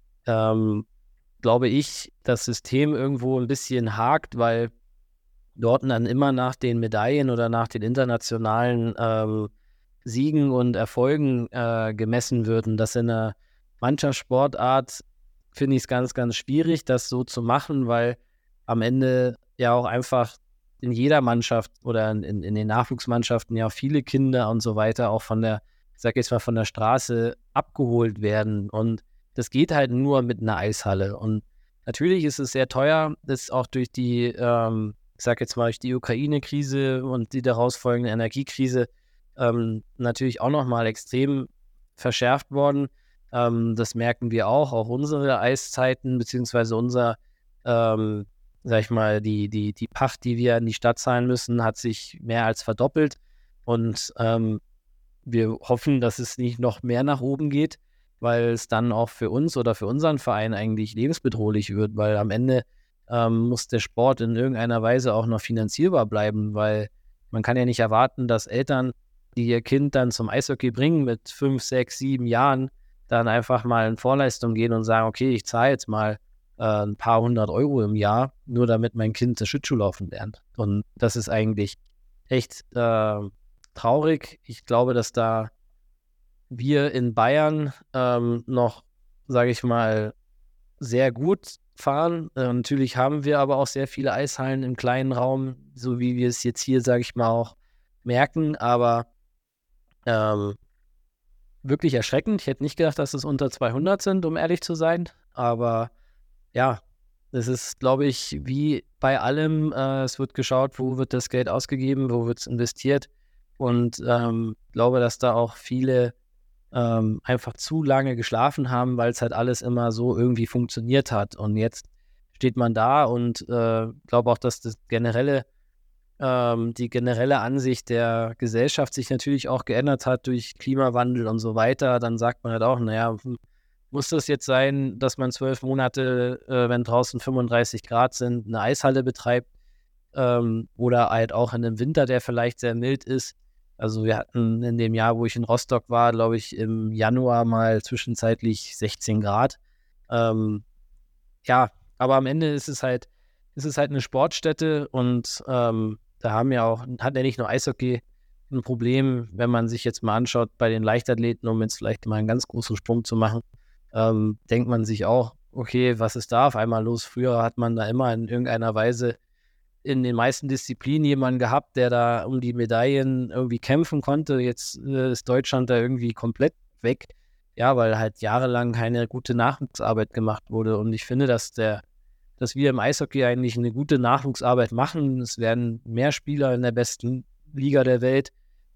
ähm, glaube ich, das System irgendwo ein bisschen hakt, weil dort dann immer nach den Medaillen oder nach den internationalen ähm, Siegen und Erfolgen äh, gemessen wird. Und das in einer Mannschaftssportart finde ich es ganz, ganz schwierig, das so zu machen, weil am Ende ja auch einfach in jeder Mannschaft oder in, in den Nachwuchsmannschaften ja auch viele Kinder und so weiter auch von der, ich sag jetzt mal, von der Straße abgeholt werden. Und das geht halt nur mit einer Eishalle. Und natürlich ist es sehr teuer, das auch durch die, ähm, ich sag jetzt mal, durch die Ukraine-Krise und die daraus folgende Energiekrise ähm, natürlich auch nochmal extrem verschärft worden. Ähm, das merken wir auch, auch unsere Eiszeiten, beziehungsweise unser, ähm, sag ich mal, die, die, die Pacht, die wir in die Stadt zahlen müssen, hat sich mehr als verdoppelt. Und ähm, wir hoffen, dass es nicht noch mehr nach oben geht, weil es dann auch für uns oder für unseren Verein eigentlich lebensbedrohlich wird, weil am Ende ähm, muss der Sport in irgendeiner Weise auch noch finanzierbar bleiben, weil man kann ja nicht erwarten, dass Eltern, die ihr Kind dann zum Eishockey bringen mit fünf, sechs, sieben Jahren, dann einfach mal in Vorleistung gehen und sagen, okay, ich zahle jetzt mal äh, ein paar hundert Euro im Jahr, nur damit mein Kind das Schlittschuhlaufen lernt. Und das ist eigentlich echt äh, traurig. Ich glaube, dass da wir in Bayern ähm, noch, sage ich mal, sehr gut fahren. Äh, natürlich haben wir aber auch sehr viele Eishallen im kleinen Raum, so wie wir es jetzt hier, sage ich mal, auch merken. Aber ähm, wirklich erschreckend. Ich hätte nicht gedacht, dass es unter zweihundert sind, um ehrlich zu sein. Aber ja, es ist, glaube ich, wie bei allem, äh, es wird geschaut, wo wird das Geld ausgegeben, wo wird es investiert. Und ähm, glaube, dass da auch viele ähm, einfach zu lange geschlafen haben, weil es halt alles immer so irgendwie funktioniert hat. Und jetzt steht man da und äh, glaube auch, dass das generelle ähm, die generelle Ansicht der Gesellschaft sich natürlich auch geändert hat durch Klimawandel und so weiter. Dann sagt man halt auch, naja, muss das jetzt sein, dass man zwölf Monate, äh, wenn draußen fünfunddreißig Grad sind, eine Eishalle betreibt ähm, oder halt auch in einem Winter, der vielleicht sehr mild ist. Also wir hatten in dem Jahr, wo ich in Rostock war, glaube ich, im Januar mal zwischenzeitlich sechzehn Grad. Ähm, ja, aber am Ende ist es halt, ist es halt eine Sportstätte und ähm, da haben ja auch, hat ja nicht nur Eishockey ein Problem, wenn man sich jetzt mal anschaut bei den Leichtathleten, um jetzt vielleicht mal einen ganz großen Sprung zu machen, ähm, denkt man sich auch, okay, was ist da auf einmal los? Früher hat man da immer in irgendeiner Weise in den meisten Disziplinen jemanden gehabt, der da um die Medaillen irgendwie kämpfen konnte. Jetzt äh, ist Deutschland da irgendwie komplett weg. ja, weil halt jahrelang keine gute Nachwuchsarbeit gemacht wurde. Und ich finde, dass der, dass wir im Eishockey eigentlich eine gute Nachwuchsarbeit machen. Es werden mehr Spieler in der besten Liga der Welt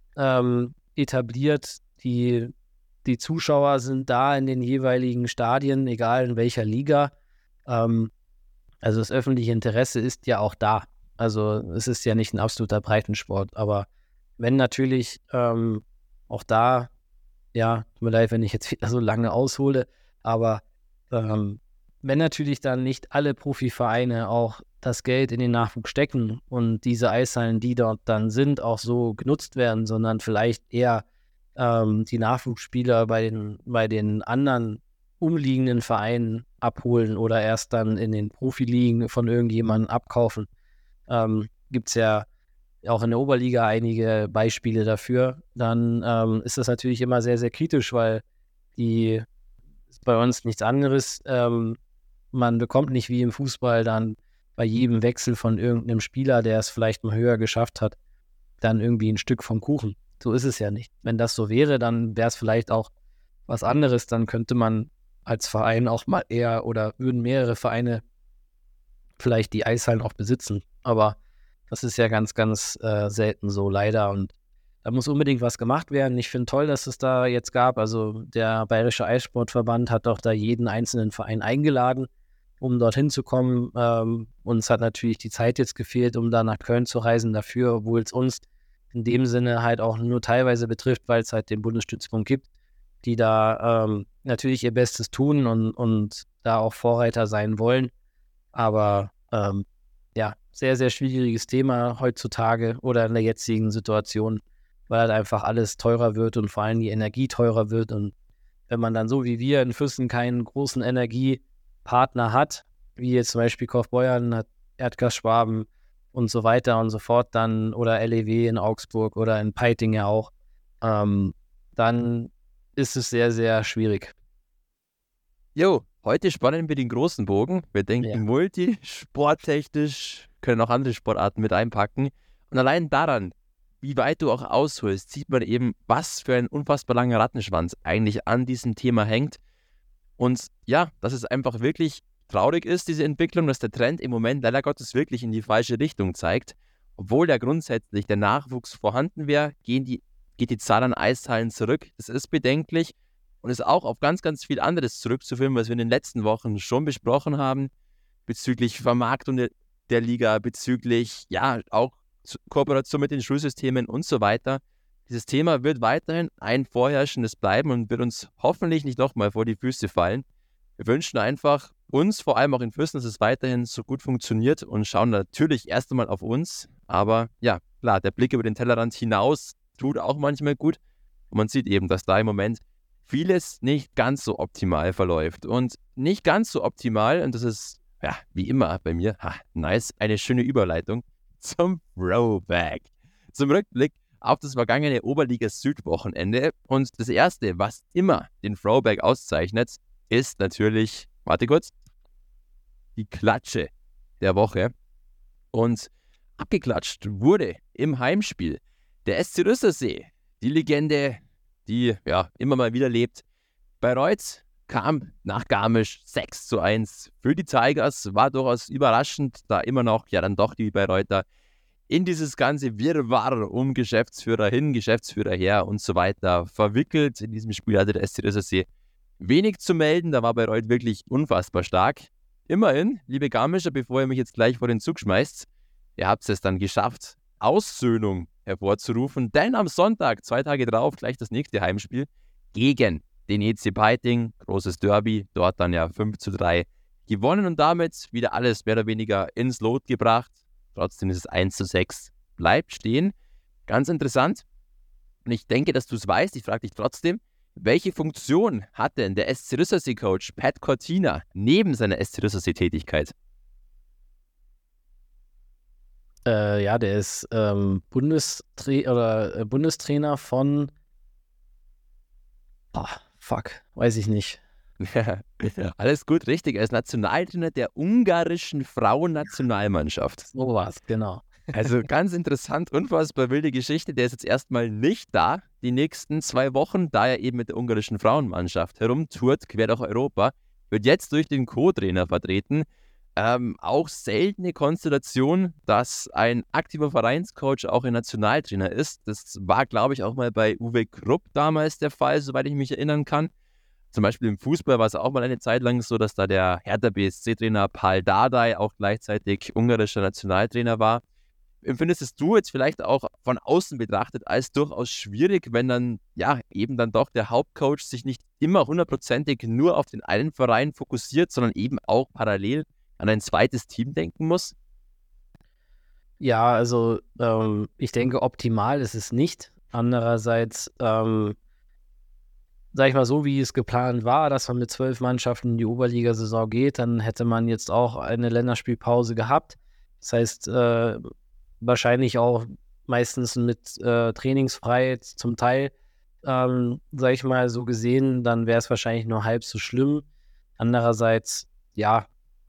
ähm, etabliert. Die, die Zuschauer sind da in den jeweiligen Stadien, egal in welcher Liga. Ähm, also das öffentliche Interesse ist ja auch da. Also es ist ja nicht ein absoluter Breitensport. Aber wenn natürlich ähm, auch da, ja, tut mir leid, wenn ich jetzt wieder so lange aushole, aber ähm, wenn natürlich dann nicht alle Profivereine auch das Geld in den Nachwuchs stecken und diese Eishallen, die dort dann sind, auch so genutzt werden, sondern vielleicht eher ähm, die Nachwuchsspieler bei den, bei den anderen umliegenden Vereinen abholen oder erst dann in den Profiligen von irgendjemandem abkaufen, ähm, gibt es ja auch in der Oberliga einige Beispiele dafür, dann ähm, ist das natürlich immer sehr, sehr kritisch, weil die ist bei uns nichts anderes. Ähm, man bekommt nicht wie im Fußball dann bei jedem Wechsel von irgendeinem Spieler, der es vielleicht mal höher geschafft hat, dann irgendwie ein Stück vom Kuchen. So ist es ja nicht. Wenn das so wäre, dann wäre es vielleicht auch was anderes. Dann könnte man als Verein auch mal eher oder würden mehrere Vereine vielleicht die Eishallen auch besitzen. Aber das ist ja ganz, ganz äh, selten so, leider. Und da muss unbedingt was gemacht werden. Ich finde toll, dass es da jetzt gab. Also der Bayerische Eissportverband hat auch da jeden einzelnen Verein eingeladen, um dorthin zu kommen. Ähm, uns hat natürlich die Zeit jetzt gefehlt, um da nach Köln zu reisen dafür, obwohl es uns in dem Sinne halt auch nur teilweise betrifft, weil es halt den Bundesstützpunkt gibt, die da ähm, natürlich ihr Bestes tun und, und da auch Vorreiter sein wollen. Aber ähm, ja, sehr, sehr schwieriges Thema heutzutage oder in der jetzigen Situation, weil halt einfach alles teurer wird und vor allem die Energie teurer wird. Und wenn man dann so wie wir in Füssen keinen großen Energiepartner hat, wie jetzt zum Beispiel Kaufbeuern hat Erdgas Schwaben und so weiter und so fort, dann oder L E W in Augsburg oder in Peiting ja auch, ähm, dann ist es sehr, sehr schwierig. Jo, heute spannen wir den großen Bogen. Wir denken Ja. multisporttechnisch, können auch andere Sportarten mit einpacken. Und allein daran, wie weit du auch ausholst, sieht man eben, was für ein unfassbar langer Rattenschwanz eigentlich an diesem Thema hängt. Und ja, dass es einfach wirklich traurig ist, diese Entwicklung, dass der Trend im Moment leider Gottes wirklich in die falsche Richtung zeigt. Obwohl ja grundsätzlich der Nachwuchs vorhanden wäre, gehen die, geht die Zahl an Eishallen zurück. Das ist bedenklich und ist auch auf ganz, ganz viel anderes zurückzuführen, was wir in den letzten Wochen schon besprochen haben, bezüglich Vermarktung der, der Liga, bezüglich, ja, auch Kooperation mit den Schulsystemen und so weiter. Dieses Thema wird weiterhin ein vorherrschendes bleiben und wird uns hoffentlich nicht nochmal vor die Füße fallen. Wir wünschen einfach uns, vor allem auch in Füssen, dass es weiterhin so gut funktioniert und schauen natürlich erst einmal auf uns. Aber ja, klar, der Blick über den Tellerrand hinaus tut auch manchmal gut. Und man sieht eben, dass da im Moment vieles nicht ganz so optimal verläuft. Und nicht ganz so optimal, und das ist, ja, wie immer bei mir, ha, nice, eine schöne Überleitung zum Throwback. Zum Rückblick auf das vergangene Oberliga-Süd-Wochenende. Und das Erste, was immer den Throwback auszeichnet, ist natürlich, warte kurz, die Klatsche der Woche. Und abgeklatscht wurde im Heimspiel der S C Rüstersee, die Legende, die ja immer mal wieder lebt. Bayreuth kam nach Garmisch sechs zu eins für die Tigers, war durchaus überraschend, da immer noch ja dann doch die Bayreuther in dieses ganze Wirrwarr um Geschäftsführer hin, Geschäftsführer her und so weiter verwickelt. In diesem Spiel hatte der S C Rüstersee wenig zu melden, da war Bayreuth wirklich unfassbar stark. Immerhin, liebe Garmischer, bevor ihr mich jetzt gleich vor den Zug schmeißt, ihr habt es dann geschafft, Aussöhnung hervorzurufen, denn am Sonntag, zwei Tage drauf, gleich das nächste Heimspiel gegen den E C Peiting, großes Derby, dort dann ja fünf zu drei gewonnen und damit wieder alles mehr oder weniger ins Lot gebracht. Trotzdem ist es eins zu sechs, bleibt stehen. Ganz interessant. Und ich denke, dass du es weißt. Ich frage dich trotzdem, welche Funktion hat denn der S C Rüstersee-Coach Pat Cortina neben seiner S C Rüstersee-Tätigkeit? Äh, ja, der ist ähm, Bundestra- oder, äh, Bundestrainer von oh, fuck, weiß ich nicht. Alles gut, richtig. Er ist Nationaltrainer der ungarischen Frauennationalmannschaft. So war's, genau. Also ganz interessant, unfassbar wilde Geschichte. Der ist jetzt erstmal nicht da, die nächsten zwei Wochen, da er eben mit der ungarischen Frauenmannschaft herumtourt, quer durch Europa, wird jetzt durch den Co-Trainer vertreten. Ähm, auch seltene Konstellation, dass ein aktiver Vereinscoach auch ein Nationaltrainer ist. Das war, glaube ich, auch mal bei Uwe Krupp damals der Fall, soweit ich mich erinnern kann. Zum Beispiel im Fußball war es auch mal eine Zeit lang so, dass da der Hertha B S C-Trainer Pál Dardai auch gleichzeitig ungarischer Nationaltrainer war. Empfindest du jetzt vielleicht auch von außen betrachtet als durchaus schwierig, wenn dann ja eben dann doch der Hauptcoach sich nicht immer hundertprozentig nur auf den einen Verein fokussiert, sondern eben auch parallel an ein zweites Team denken muss? Ja, also ähm, ich denke, optimal ist es nicht. Andererseits, ähm, sag ich mal so, wie es geplant war, dass man mit zwölf Mannschaften in die Oberligasaison geht, dann hätte man jetzt auch eine Länderspielpause gehabt. Das heißt, äh, wahrscheinlich auch meistens mit äh, Trainingsfreiheit zum Teil, ähm, sag ich mal, so gesehen, dann wäre es wahrscheinlich nur halb so schlimm. Andererseits, ja,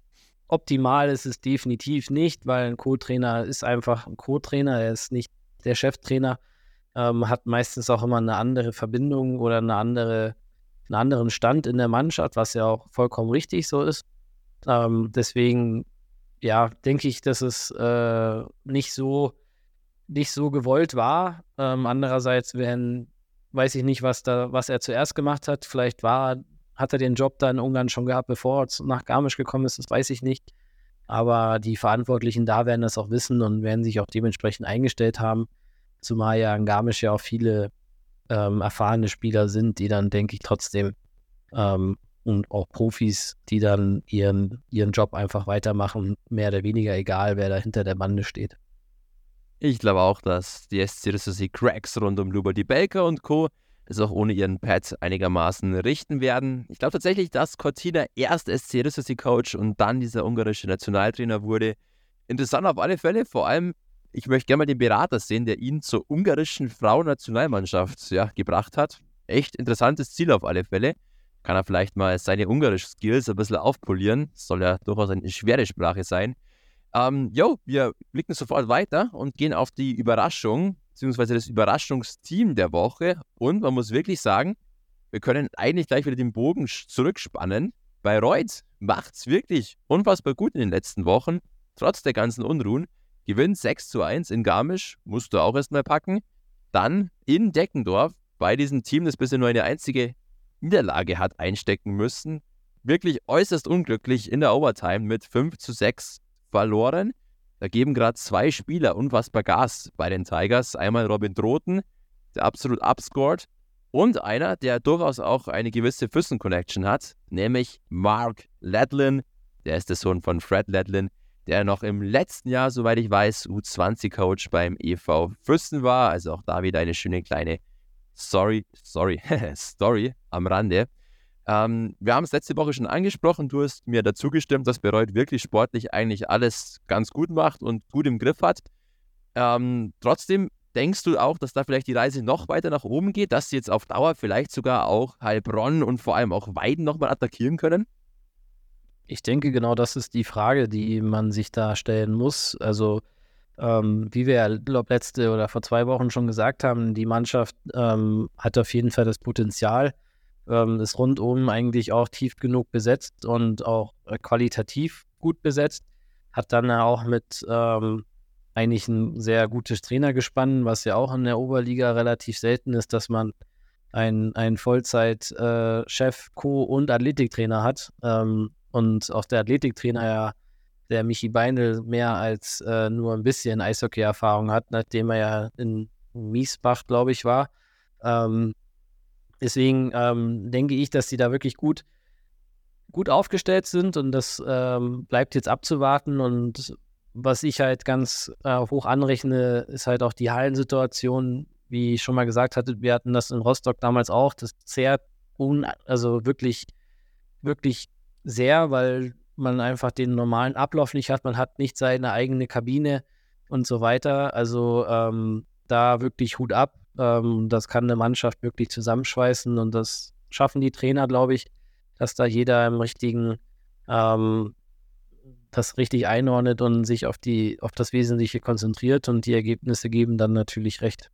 optimal ist es definitiv nicht, weil ein Co-Trainer ist einfach ein Co-Trainer, er ist nicht der Cheftrainer, ähm, hat meistens auch immer eine andere Verbindung oder eine andere, einen anderen Stand in der Mannschaft, was ja auch vollkommen richtig so ist. Ähm, deswegen, ja, denke ich, dass es äh, nicht so nicht so gewollt war. Ähm, andererseits, wenn, weiß ich nicht, was da, was er zuerst gemacht hat. Vielleicht war, hat er den Job da in Ungarn schon gehabt, bevor er nach Garmisch gekommen ist, das weiß ich nicht. Aber die Verantwortlichen da werden das auch wissen und werden sich auch dementsprechend eingestellt haben. Zumal ja in Garmisch ja auch viele ähm, erfahrene Spieler sind, die dann, denke ich, trotzdem ähm, und auch Profis, die dann ihren, ihren Job einfach weitermachen, mehr oder weniger egal, wer da hinter der Bande steht. Ich glaube auch, dass die S C Rissersi Cracks rund um Luba Belka und Co. es auch ohne ihren Pad einigermaßen richten werden. Ich glaube tatsächlich, dass Cortina erst S C Rissersi Coach und dann dieser ungarische Nationaltrainer wurde. Interessant auf alle Fälle, vor allem, ich möchte gerne mal den Berater sehen, der ihn zur ungarischen Frauennationalmannschaft ja, gebracht hat. Echt interessantes Ziel auf alle Fälle. Kann er vielleicht mal seine ungarischen Skills ein bisschen aufpolieren. Soll ja durchaus eine schwere Sprache sein. Ähm, jo, wir blicken sofort weiter und gehen auf die Überraschung, beziehungsweise das Überraschungsteam der Woche. Und man muss wirklich sagen, wir können eigentlich gleich wieder den Bogen zurückspannen. Bayreuth macht es wirklich unfassbar gut in den letzten Wochen, trotz der ganzen Unruhen. Gewinnt sechs zu eins in Garmisch, musst du auch erstmal packen. Dann in Deckendorf, bei diesem Team, das bisher nur eine einzige Niederlage hat einstecken müssen. Wirklich äußerst unglücklich in der Overtime mit fünf zu sechs verloren. Da geben gerade zwei Spieler unfassbar Gas bei den Tigers. Einmal Robin Droten, der absolut upscored, und einer, der durchaus auch eine gewisse Füssen-Connection hat, nämlich Mark Ledlin. Der ist der Sohn von Fred Ledlin, der noch im letzten Jahr, soweit ich weiß, U zwanzig Coach beim E V Füssen war. Also auch da wieder eine schöne kleine Sorry, sorry, Story am Rande. Ähm, wir haben es letzte Woche schon angesprochen, du hast mir dazu gestimmt, dass Bayreuth wirklich sportlich eigentlich alles ganz gut macht und gut im Griff hat. Ähm, trotzdem denkst du auch, dass da vielleicht die Reise noch weiter nach oben geht, dass sie jetzt auf Dauer vielleicht sogar auch Heilbronn und vor allem auch Weiden nochmal attackieren können? Ich denke, genau das ist die Frage, die man sich da stellen muss. Also, ähm, wie wir ja, glaube letzte oder vor zwei Wochen schon gesagt haben, die Mannschaft ähm, hat auf jeden Fall das Potenzial, ähm, ist rundum eigentlich auch tief genug besetzt und auch äh, qualitativ gut besetzt. Hat dann ja auch mit ähm, eigentlich ein sehr gutes Trainergespann, was ja auch in der Oberliga relativ selten ist, dass man einen, einen Vollzeit-Chef, Co- und Athletiktrainer hat. Ähm, und auch der Athletiktrainer ja, der Michi Beindl, mehr als äh, nur ein bisschen Eishockey-Erfahrung hat, nachdem er ja in Miesbach, glaube ich, war. Ähm, deswegen ähm, denke ich, dass die da wirklich gut, gut aufgestellt sind und das ähm, bleibt jetzt abzuwarten. Und was ich halt ganz äh, hoch anrechne, ist halt auch die Hallensituation. Wie ich schon mal gesagt hatte, wir hatten das in Rostock damals auch. Das zehrt un also wirklich, wirklich sehr, weil man einfach den normalen Ablauf nicht hat. Man hat nicht seine eigene Kabine und so weiter. Also ähm, da wirklich Hut ab. Ähm, das kann eine Mannschaft wirklich zusammenschweißen und das schaffen die Trainer, glaube ich, dass da jeder im richtigen, ähm, das richtig einordnet und sich auf die, auf das Wesentliche konzentriert, und die Ergebnisse geben dann natürlich recht.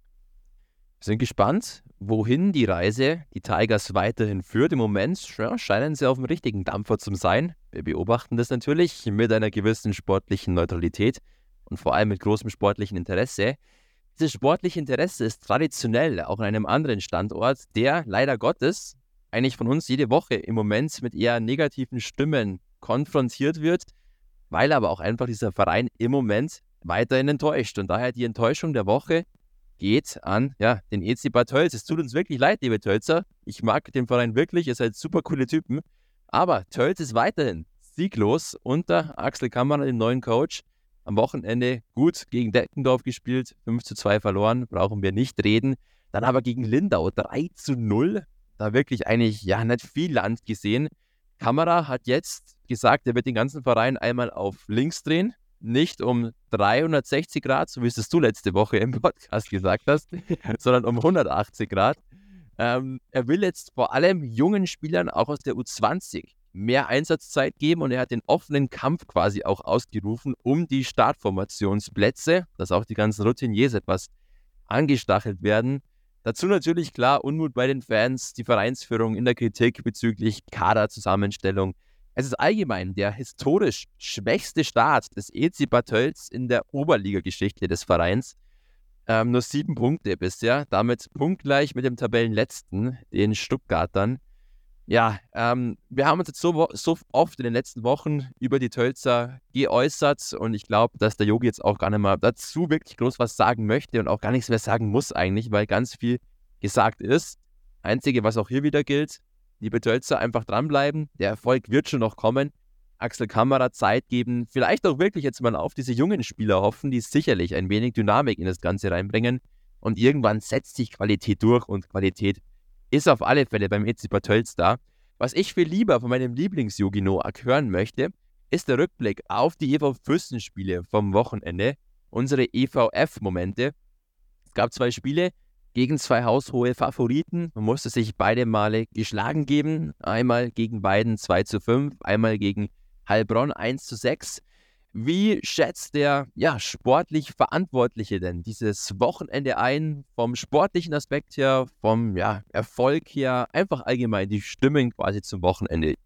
Wir sind gespannt, wohin die Reise die Tigers weiterhin führt. Im Moment ja, scheinen sie auf dem richtigen Dampfer zu sein. Wir beobachten das natürlich mit einer gewissen sportlichen Neutralität und vor allem mit großem sportlichen Interesse. Dieses sportliche Interesse ist traditionell auch an einem anderen Standort, der leider Gottes eigentlich von uns jede Woche im Moment mit eher negativen Stimmen konfrontiert wird, weil aber auch einfach dieser Verein im Moment weiterhin enttäuscht. Und daher die Enttäuschung der Woche geht an ja, den E C Bad Tölz. Es tut uns wirklich leid, liebe Tölzer. Ich mag den Verein wirklich, ihr seid super coole Typen. Aber Tölz ist weiterhin sieglos unter Axel Kammerer, dem neuen Coach. Am Wochenende gut gegen Deckendorf gespielt, fünf zu zwei verloren, brauchen wir nicht reden. Dann aber gegen Lindau drei zu null. Da wirklich eigentlich ja nicht viel Land gesehen. Kammerer hat jetzt gesagt, er wird den ganzen Verein einmal auf links drehen. Nicht um dreihundertsechzig Grad, so wie es du letzte Woche im Podcast gesagt hast, sondern um hundertachtzig Grad. Ähm, er will jetzt vor allem jungen Spielern auch aus der U zwanzig mehr Einsatzzeit geben, und er hat den offenen Kampf quasi auch ausgerufen um die Startformationsplätze, dass auch die ganzen Routiniers etwas angestachelt werden. Dazu natürlich klar Unmut bei den Fans, die Vereinsführung in der Kritik bezüglich Kaderzusammenstellung. Es ist allgemein der historisch schwächste Start des E C Bad Tölz in der Oberliga-Geschichte des Vereins. Ähm, nur sieben Punkte bisher, damit punktgleich mit dem Tabellenletzten, den Stuttgartern. Ja, ähm, wir haben uns jetzt so, so oft in den letzten Wochen über die Tölzer geäußert, und ich glaube, dass der Yogi jetzt auch gar nicht mal dazu wirklich groß was sagen möchte und auch gar nichts mehr sagen muss eigentlich, weil ganz viel gesagt ist. Einzige, was auch hier wieder gilt: liebe Tölzer, einfach dranbleiben, der Erfolg wird schon noch kommen. Axel Kammerer Zeit geben, vielleicht auch wirklich jetzt mal auf diese jungen Spieler hoffen, die sicherlich ein wenig Dynamik in das Ganze reinbringen, und irgendwann setzt sich Qualität durch, und Qualität ist auf alle Fälle beim E C Bad Tölz da. Was ich viel lieber von meinem Lieblings-Yogi Noack hören möchte, ist der Rückblick auf die E V Fürstenspiele vom Wochenende, unsere E V F-Momente. Es gab zwei Spiele gegen zwei haushohe Favoriten. Man musste sich beide Male geschlagen geben. Einmal gegen Weiden zwei zu fünf, einmal gegen Heilbronn eins zu sechs. Wie schätzt der ja, sportlich Verantwortliche denn dieses Wochenende ein? Vom sportlichen Aspekt her, vom ja, Erfolg her, einfach allgemein die Stimmen quasi zum Wochenende.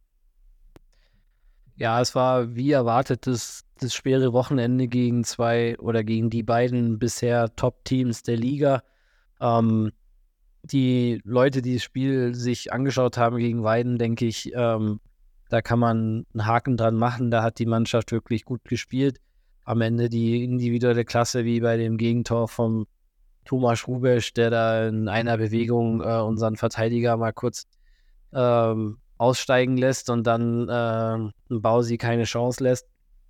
Ja, es war wie erwartet das, das schwere Wochenende gegen zwei oder gegen die beiden bisher Top-Teams der Liga. Ähm, die Leute, die das Spiel sich angeschaut haben gegen Weiden, denke ich, ähm, da kann man einen Haken dran machen. Da hat die Mannschaft wirklich gut gespielt. Am Ende die individuelle Klasse, wie bei dem Gegentor vom Thomas Rubesch, der da in einer Bewegung äh, unseren Verteidiger mal kurz ähm, aussteigen lässt und dann äh, ein Bausi keine Chance lässt.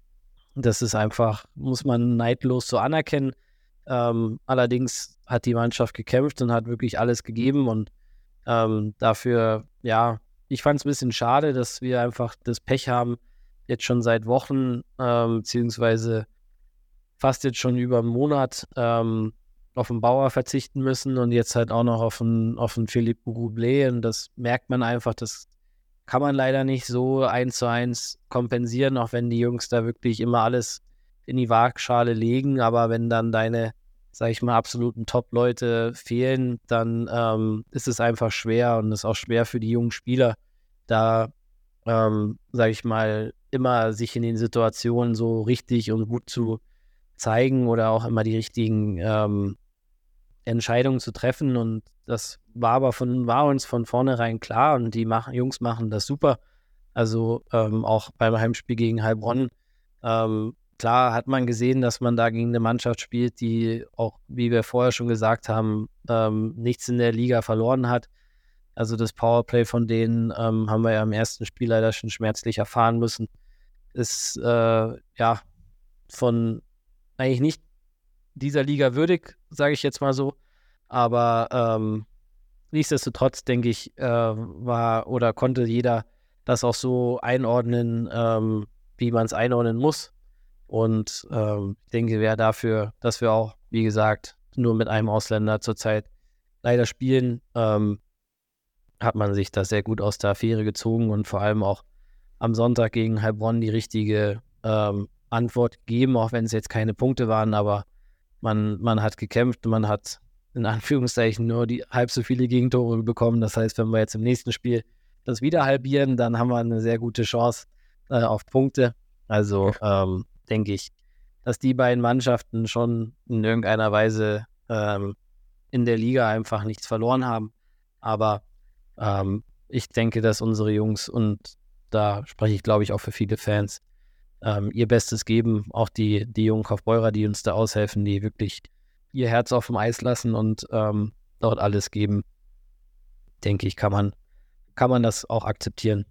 Das ist einfach, muss man neidlos so anerkennen. Ähm, allerdings hat die Mannschaft gekämpft und hat wirklich alles gegeben, und ähm, dafür, ja, ich fand es ein bisschen schade, dass wir einfach das Pech haben, jetzt schon seit Wochen, ähm, beziehungsweise fast jetzt schon über einen Monat ähm, auf den Bauer verzichten müssen und jetzt halt auch noch auf einen, auf einen Philippe Goulet, und das merkt man einfach, das kann man leider nicht so eins zu eins kompensieren, auch wenn die Jungs da wirklich immer alles in die Waagschale legen, aber wenn dann deine, sag ich mal, absoluten Top-Leute fehlen, dann ähm, ist es einfach schwer, und es ist auch schwer für die jungen Spieler, da, ähm, sag ich mal, immer sich in den Situationen so richtig und gut zu zeigen oder auch immer die richtigen ähm, Entscheidungen zu treffen, und das war aber von, war uns von vornherein klar, und die machen, Jungs machen das super. Also ähm, auch beim Heimspiel gegen Heilbronn, ähm, klar hat man gesehen, dass man da gegen eine Mannschaft spielt, die auch, wie wir vorher schon gesagt haben, ähm, nichts in der Liga verloren hat. Also das Powerplay von denen ähm, haben wir ja im ersten Spiel leider schon schmerzlich erfahren müssen. Ist äh, ja von eigentlich nicht dieser Liga würdig, sage ich jetzt mal so. Aber ähm, nichtsdestotrotz, denke ich, äh, war oder konnte jeder das auch so einordnen, ähm, wie man es einordnen muss. Und ähm, ich denke, wäre dafür, dass wir auch, wie gesagt, nur mit einem Ausländer zurzeit leider spielen, ähm, hat man sich da sehr gut aus der Affäre gezogen und vor allem auch am Sonntag gegen Heilbronn die richtige ähm, Antwort gegeben, auch wenn es jetzt keine Punkte waren, aber man, man hat gekämpft, man hat in Anführungszeichen nur die halb so viele Gegentore bekommen. Das heißt, wenn wir jetzt im nächsten Spiel das wieder halbieren, dann haben wir eine sehr gute Chance äh, auf Punkte. Also ähm, denke ich, dass die beiden Mannschaften schon in irgendeiner Weise ähm, in der Liga einfach nichts verloren haben. Aber ähm, ich denke, dass unsere Jungs, und da spreche ich, glaube ich, auch für viele Fans, ähm, ihr Bestes geben. Auch die, die jungen Kaufbeurer, die uns da aushelfen, die wirklich ihr Herz auf dem Eis lassen und ähm, dort alles geben, denke ich, kann man, kann man das auch akzeptieren.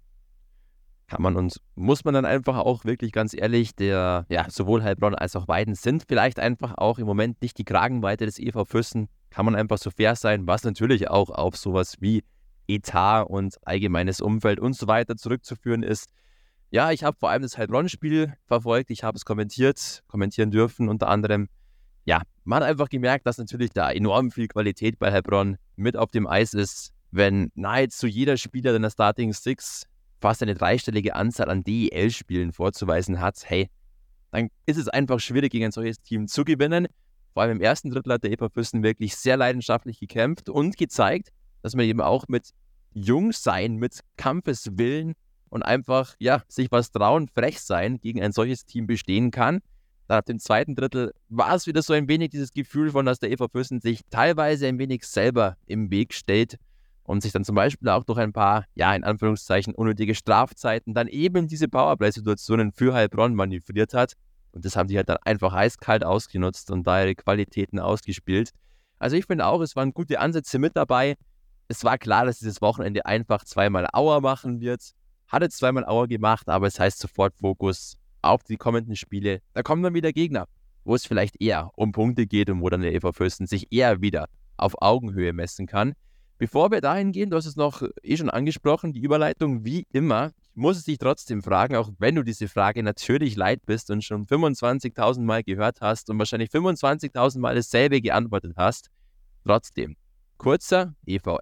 Kann man und muss man dann einfach auch wirklich ganz ehrlich, der, ja, sowohl Heilbronn als auch Weiden sind vielleicht einfach auch im Moment nicht die Kragenweite des E V Füssen. Kann man einfach so fair sein, was natürlich auch auf sowas wie Etat und allgemeines Umfeld und so weiter zurückzuführen ist. Ja, ich habe vor allem das Heilbronn-Spiel verfolgt, ich habe es kommentiert, kommentieren dürfen, unter anderem. Ja, man hat einfach gemerkt, dass natürlich da enorm viel Qualität bei Heilbronn mit auf dem Eis ist, wenn nahezu jeder Spieler in der Starting Six fast eine dreistellige Anzahl an D E L-Spielen vorzuweisen hat, hey, dann ist es einfach schwierig, gegen ein solches Team zu gewinnen. Vor allem im ersten Drittel hat der E V Füssen wirklich sehr leidenschaftlich gekämpft und gezeigt, dass man eben auch mit Jungsein, mit Kampfeswillen und einfach, ja, sich was trauen, frech sein, gegen ein solches Team bestehen kann. Dann ab dem zweiten Drittel war es wieder so ein wenig dieses Gefühl von, dass der E V Füssen sich teilweise ein wenig selber im Weg stellt und sich dann zum Beispiel auch durch ein paar, ja, in Anführungszeichen unnötige Strafzeiten dann eben diese Powerplay-Situationen für Heilbronn manövriert hat. Und das haben die halt dann einfach eiskalt ausgenutzt und da ihre Qualitäten ausgespielt. Also ich finde auch, es waren gute Ansätze mit dabei. Es war klar, dass dieses Wochenende einfach zweimal Auer machen wird. Hat jetzt zweimal Auer gemacht, aber es heißt sofort Fokus auf die kommenden Spiele. Da kommen dann wieder Gegner, wo es vielleicht eher um Punkte geht und wo dann der E V Füssen sich eher wieder auf Augenhöhe messen kann. Bevor wir dahin gehen, du hast es noch eh schon angesprochen, die Überleitung wie immer. Ich muss es dich trotzdem fragen, auch wenn du diese Frage natürlich leid bist und schon fünfundzwanzigtausend Mal gehört hast und wahrscheinlich fünfundzwanzigtausend Mal dasselbe geantwortet hast. Trotzdem, kurzer E V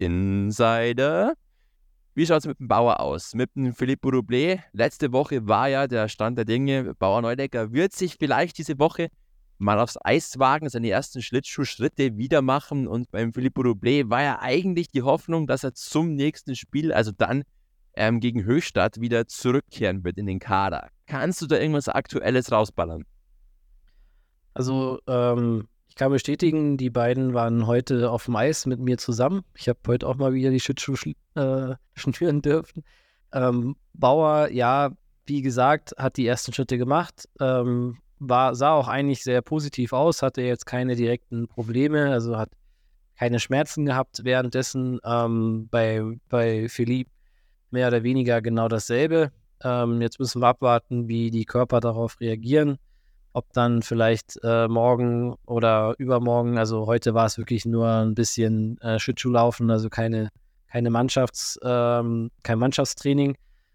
F-Insider. Wie schaut es mit dem Bauer aus? Mit dem Filippo Roublé? Letzte Woche war ja der Stand der Dinge, Bauer Neudecker wird sich vielleicht diese Woche mal aufs Eis wagen, seine ersten Schlittschuhschritte wieder machen, und beim Filippo Roublé war ja eigentlich die Hoffnung, dass er zum nächsten Spiel, also dann ähm, gegen Höchstadt, wieder zurückkehren wird in den Kader. Kannst du da irgendwas Aktuelles rausballern? Also ähm, ich kann bestätigen, die beiden waren heute auf dem Eis mit mir zusammen. Ich habe heute auch mal wieder die Schlittschuhe äh, schnüren dürfen. Ähm, Bauer, ja, wie gesagt, hat die ersten Schritte gemacht. Ähm, war, sah auch eigentlich sehr positiv aus, hatte jetzt keine direkten Probleme, also hat keine Schmerzen gehabt währenddessen. Ähm, bei, bei Philippe mehr oder weniger genau dasselbe. Ähm, jetzt müssen wir abwarten, wie die Körper darauf reagieren. Ob dann vielleicht äh, morgen oder übermorgen, also heute war es wirklich nur ein bisschen äh, Schlittschuhlaufen, also keine, keine Mannschafts, ähm, kein Mannschaftstraining.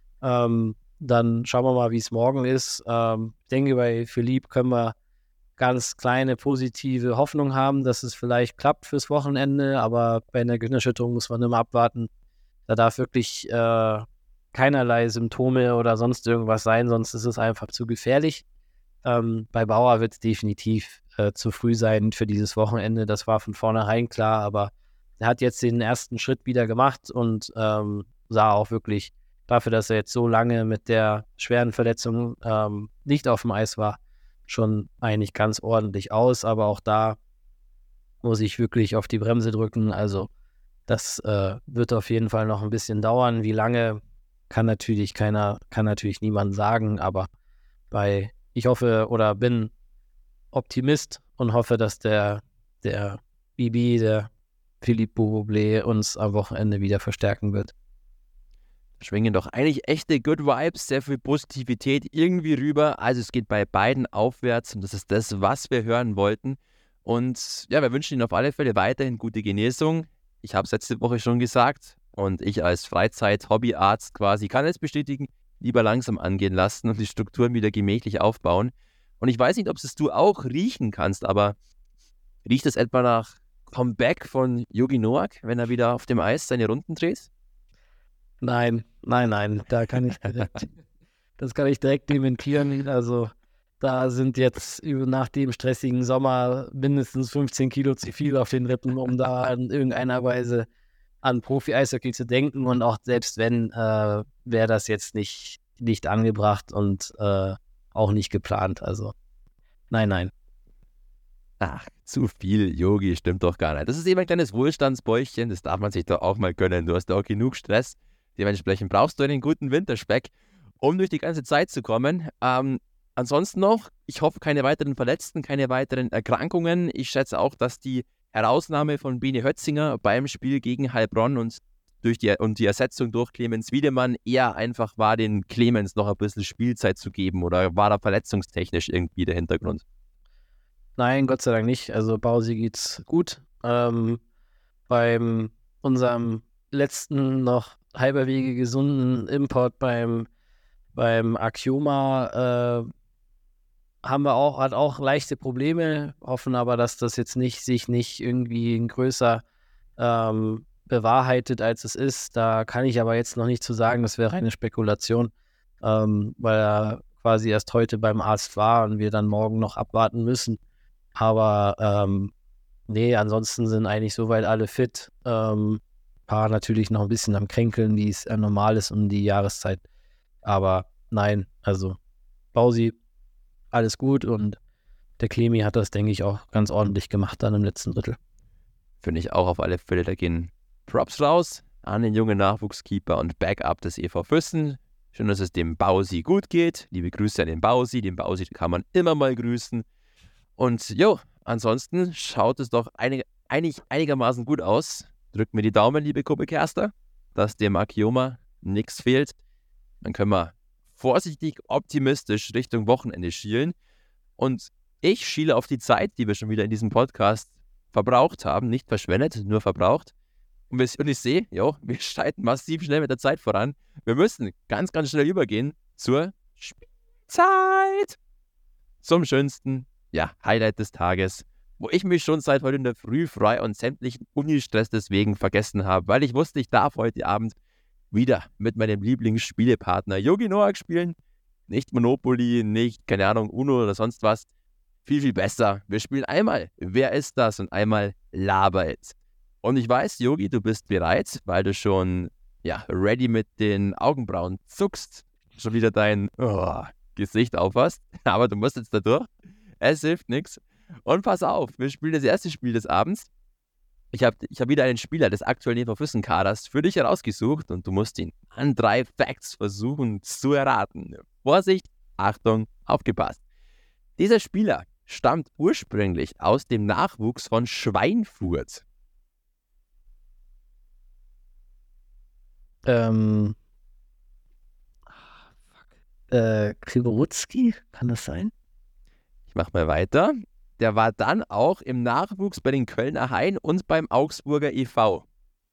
Ähm, dann schauen wir mal, wie es morgen ist. Ähm, ich denke, bei Philippe können wir ganz kleine positive Hoffnung haben, dass es vielleicht klappt fürs Wochenende, aber bei einer Gehirnerschütterung muss man immer abwarten. Da darf wirklich äh, keinerlei Symptome oder sonst irgendwas sein, sonst ist es einfach zu gefährlich. Ähm, bei Bauer wird es definitiv äh, zu früh sein für dieses Wochenende. Das war von vornherein klar, aber er hat jetzt den ersten Schritt wieder gemacht und ähm, sah auch wirklich dafür, dass er jetzt so lange mit der schweren Verletzung ähm, nicht auf dem Eis war, schon eigentlich ganz ordentlich aus. Aber auch da muss ich wirklich auf die Bremse drücken. Also das äh, wird auf jeden Fall noch ein bisschen dauern. Wie lange, kann natürlich keiner, kann natürlich niemand sagen, aber bei ich hoffe oder bin Optimist und hoffe, dass der, der Bibi, der Filippo Roublé uns am Wochenende wieder verstärken wird. Schwingen doch eigentlich echte Good Vibes, sehr viel Positivität irgendwie rüber. Also es geht bei beiden aufwärts und das ist das, was wir hören wollten. Und ja, wir wünschen Ihnen auf alle Fälle weiterhin gute Genesung. Ich habe es letzte Woche schon gesagt und ich als Freizeit-Hobbyarzt quasi kann es bestätigen, lieber langsam angehen lassen und die Strukturen wieder gemächlich aufbauen. Und ich weiß nicht, ob es du auch riechen kannst, aber riecht es etwa nach Comeback von Jogi Noak, wenn er wieder auf dem Eis seine Runden dreht? Nein, nein, nein, da kann ich direkt, Das kann ich direkt dementieren. Also da sind jetzt über- nach dem stressigen Sommer mindestens fünfzehn Kilo zu viel auf den Rippen, um da in irgendeiner Weise an Profi-Eishockey zu denken. Und auch selbst wenn, äh, wäre das jetzt nicht, nicht angebracht und äh, auch nicht geplant. Also nein, nein. Ach, zu viel Yogi stimmt doch gar nicht. Das ist eben ein kleines Wohlstandsbäuchchen, das darf man sich doch auch mal gönnen. Du hast ja auch genug Stress. Dementsprechend brauchst du einen guten Winterspeck, um durch die ganze Zeit zu kommen. Ähm, ansonsten noch, ich hoffe, keine weiteren Verletzten, keine weiteren Erkrankungen. Ich schätze auch, dass die Herausnahme von Bene Hötzinger beim Spiel gegen Heilbronn und, durch die, und die Ersetzung durch Clemens Wiedemann eher einfach war, den Clemens noch ein bisschen Spielzeit zu geben, oder war da verletzungstechnisch irgendwie der Hintergrund? Nein, Gott sei Dank nicht. Also Bausi geht's gut. Ähm, beim unserem letzten noch halberwege gesunden Import beim, beim Axioma äh, haben wir auch, hat auch leichte Probleme, hoffen aber, dass das jetzt nicht sich nicht irgendwie größer ähm, bewahrheitet, als es ist. Da kann ich aber jetzt noch nicht zu sagen, das wäre reine Spekulation, ähm, weil er quasi erst heute beim Arzt war und wir dann morgen noch abwarten müssen. Aber ähm, nee, ansonsten sind eigentlich soweit alle fit. Ähm, paar natürlich noch ein bisschen am Kränkeln, wie es äh, normal ist um die Jahreszeit. Aber nein, also Bausi, alles gut und der Clemi hat das, denke ich, auch ganz ordentlich gemacht dann im letzten Drittel. Finde ich auch auf alle Fälle, da gehen Props raus an den jungen Nachwuchskeeper und Backup des E V Füssen. Schön, dass es dem Bausi gut geht. Liebe Grüße an den Bausi. Den Bausi kann man immer mal grüßen. Und jo, ansonsten schaut es doch einig, einig, einigermaßen gut aus. Drückt mir die Daumen, liebe Kuppe Kerster, dass dem Akioma nichts fehlt. Dann können wir vorsichtig optimistisch Richtung Wochenende schielen. Und ich schiele auf die Zeit, die wir schon wieder in diesem Podcast verbraucht haben. Nicht verschwendet, nur verbraucht. Und, wir, und ich sehe, jo, wir schreiten massiv schnell mit der Zeit voran. Wir müssen ganz, ganz schnell übergehen zur Spielzeit. Zum schönsten, ja, Highlight des Tages, wo ich mich schon seit heute in der Früh frei und sämtlichen Unistress deswegen vergessen habe, weil ich wusste, ich darf heute Abend wieder mit meinem Lieblingsspielepartner Yogi Noak spielen. Nicht Monopoly, nicht, keine Ahnung, Uno oder sonst was. Viel, viel besser. Wir spielen einmal Wer ist das und einmal Labert. Und ich weiß, Yogi, du bist bereit, weil du schon, ja, ready mit den Augenbrauen zuckst, schon wieder dein oh, Gesicht aufhast. Aber du musst jetzt da durch. Es hilft nichts. Und pass auf, wir spielen das erste Spiel des Abends. Ich habe ich hab wieder einen Spieler des aktuellen E V Füssen-Kaders für dich herausgesucht und du musst ihn an drei Facts versuchen zu erraten. Vorsicht, Achtung, aufgepasst. Dieser Spieler stammt ursprünglich aus dem Nachwuchs von Schweinfurt. Ähm, äh, Kriborutski, kann das sein? Ich mache mal weiter. Der war dann auch im Nachwuchs bei den Kölner Haien und beim Augsburger e V.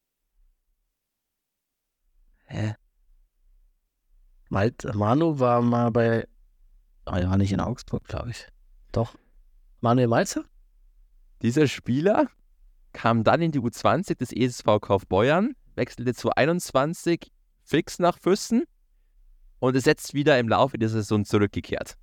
Hä? Malt, Manu war mal bei, ah, er war nicht in Augsburg, glaube ich. Doch. Manuel Malzer? Dieser Spieler kam dann in die U zwanzig des E S V Kaufbeuern, wechselte zu einundzwanzig fix nach Füssen und ist jetzt wieder im Laufe der Saison zurückgekehrt.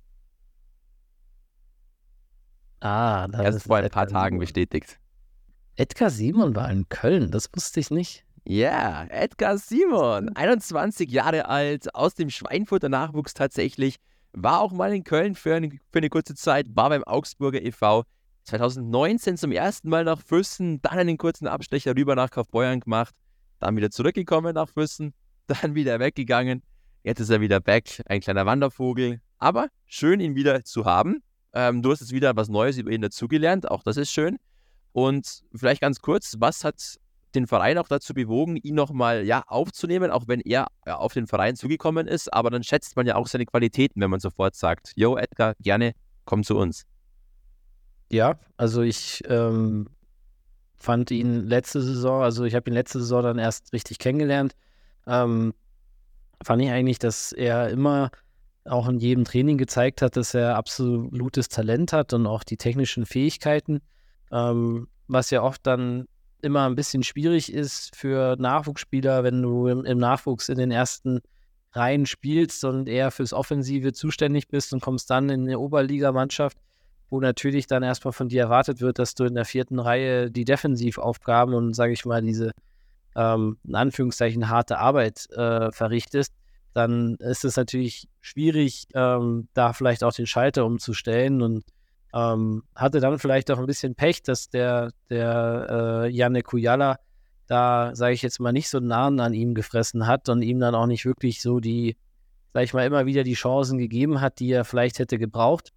Ah, das Erst ist vor ein Edgar paar Tagen Simon. bestätigt. Edgar Simon war in Köln, das wusste ich nicht. Ja, yeah, Edgar Simon, einundzwanzig Jahre alt, aus dem Schweinfurter Nachwuchs tatsächlich, war auch mal in Köln für eine, für eine kurze Zeit, war beim Augsburger e V, zwanzig neunzehn zum ersten Mal nach Füssen, dann einen kurzen Abstecher rüber nach Kaufbeuern gemacht, dann wieder zurückgekommen nach Füssen, dann wieder weggegangen, jetzt ist er wieder back, ein kleiner Wandervogel, aber schön, ihn wieder zu haben. Ähm, du hast jetzt wieder was Neues über ihn dazugelernt, auch das ist schön. Und vielleicht ganz kurz, was hat den Verein auch dazu bewogen, ihn nochmal ja, aufzunehmen, auch wenn er ja, auf den Verein zugekommen ist, aber dann schätzt man ja auch seine Qualitäten, wenn man sofort sagt, yo Edgar, gerne, komm zu uns. Ja, also ich ähm, fand ihn letzte Saison, also ich habe ihn letzte Saison dann erst richtig kennengelernt, ähm, fand ich eigentlich, dass er immer auch in jedem Training gezeigt hat, dass er absolutes Talent hat und auch die technischen Fähigkeiten, ähm, was ja oft dann immer ein bisschen schwierig ist für Nachwuchsspieler, wenn du im, im Nachwuchs in den ersten Reihen spielst und eher fürs Offensive zuständig bist und kommst dann in eine Oberligamannschaft, wo natürlich dann erstmal von dir erwartet wird, dass du in der vierten Reihe die Defensivaufgaben und, sage ich mal, diese ähm, in Anführungszeichen harte Arbeit äh, verrichtest, dann ist es natürlich schwierig, ähm, da vielleicht auch den Schalter umzustellen und ähm, hatte dann vielleicht auch ein bisschen Pech, dass der, der äh, Janne Kujala da, sage ich jetzt mal, nicht so nah an ihm gefressen hat und ihm dann auch nicht wirklich so die, sage ich mal, immer wieder die Chancen gegeben hat, die er vielleicht hätte gebraucht.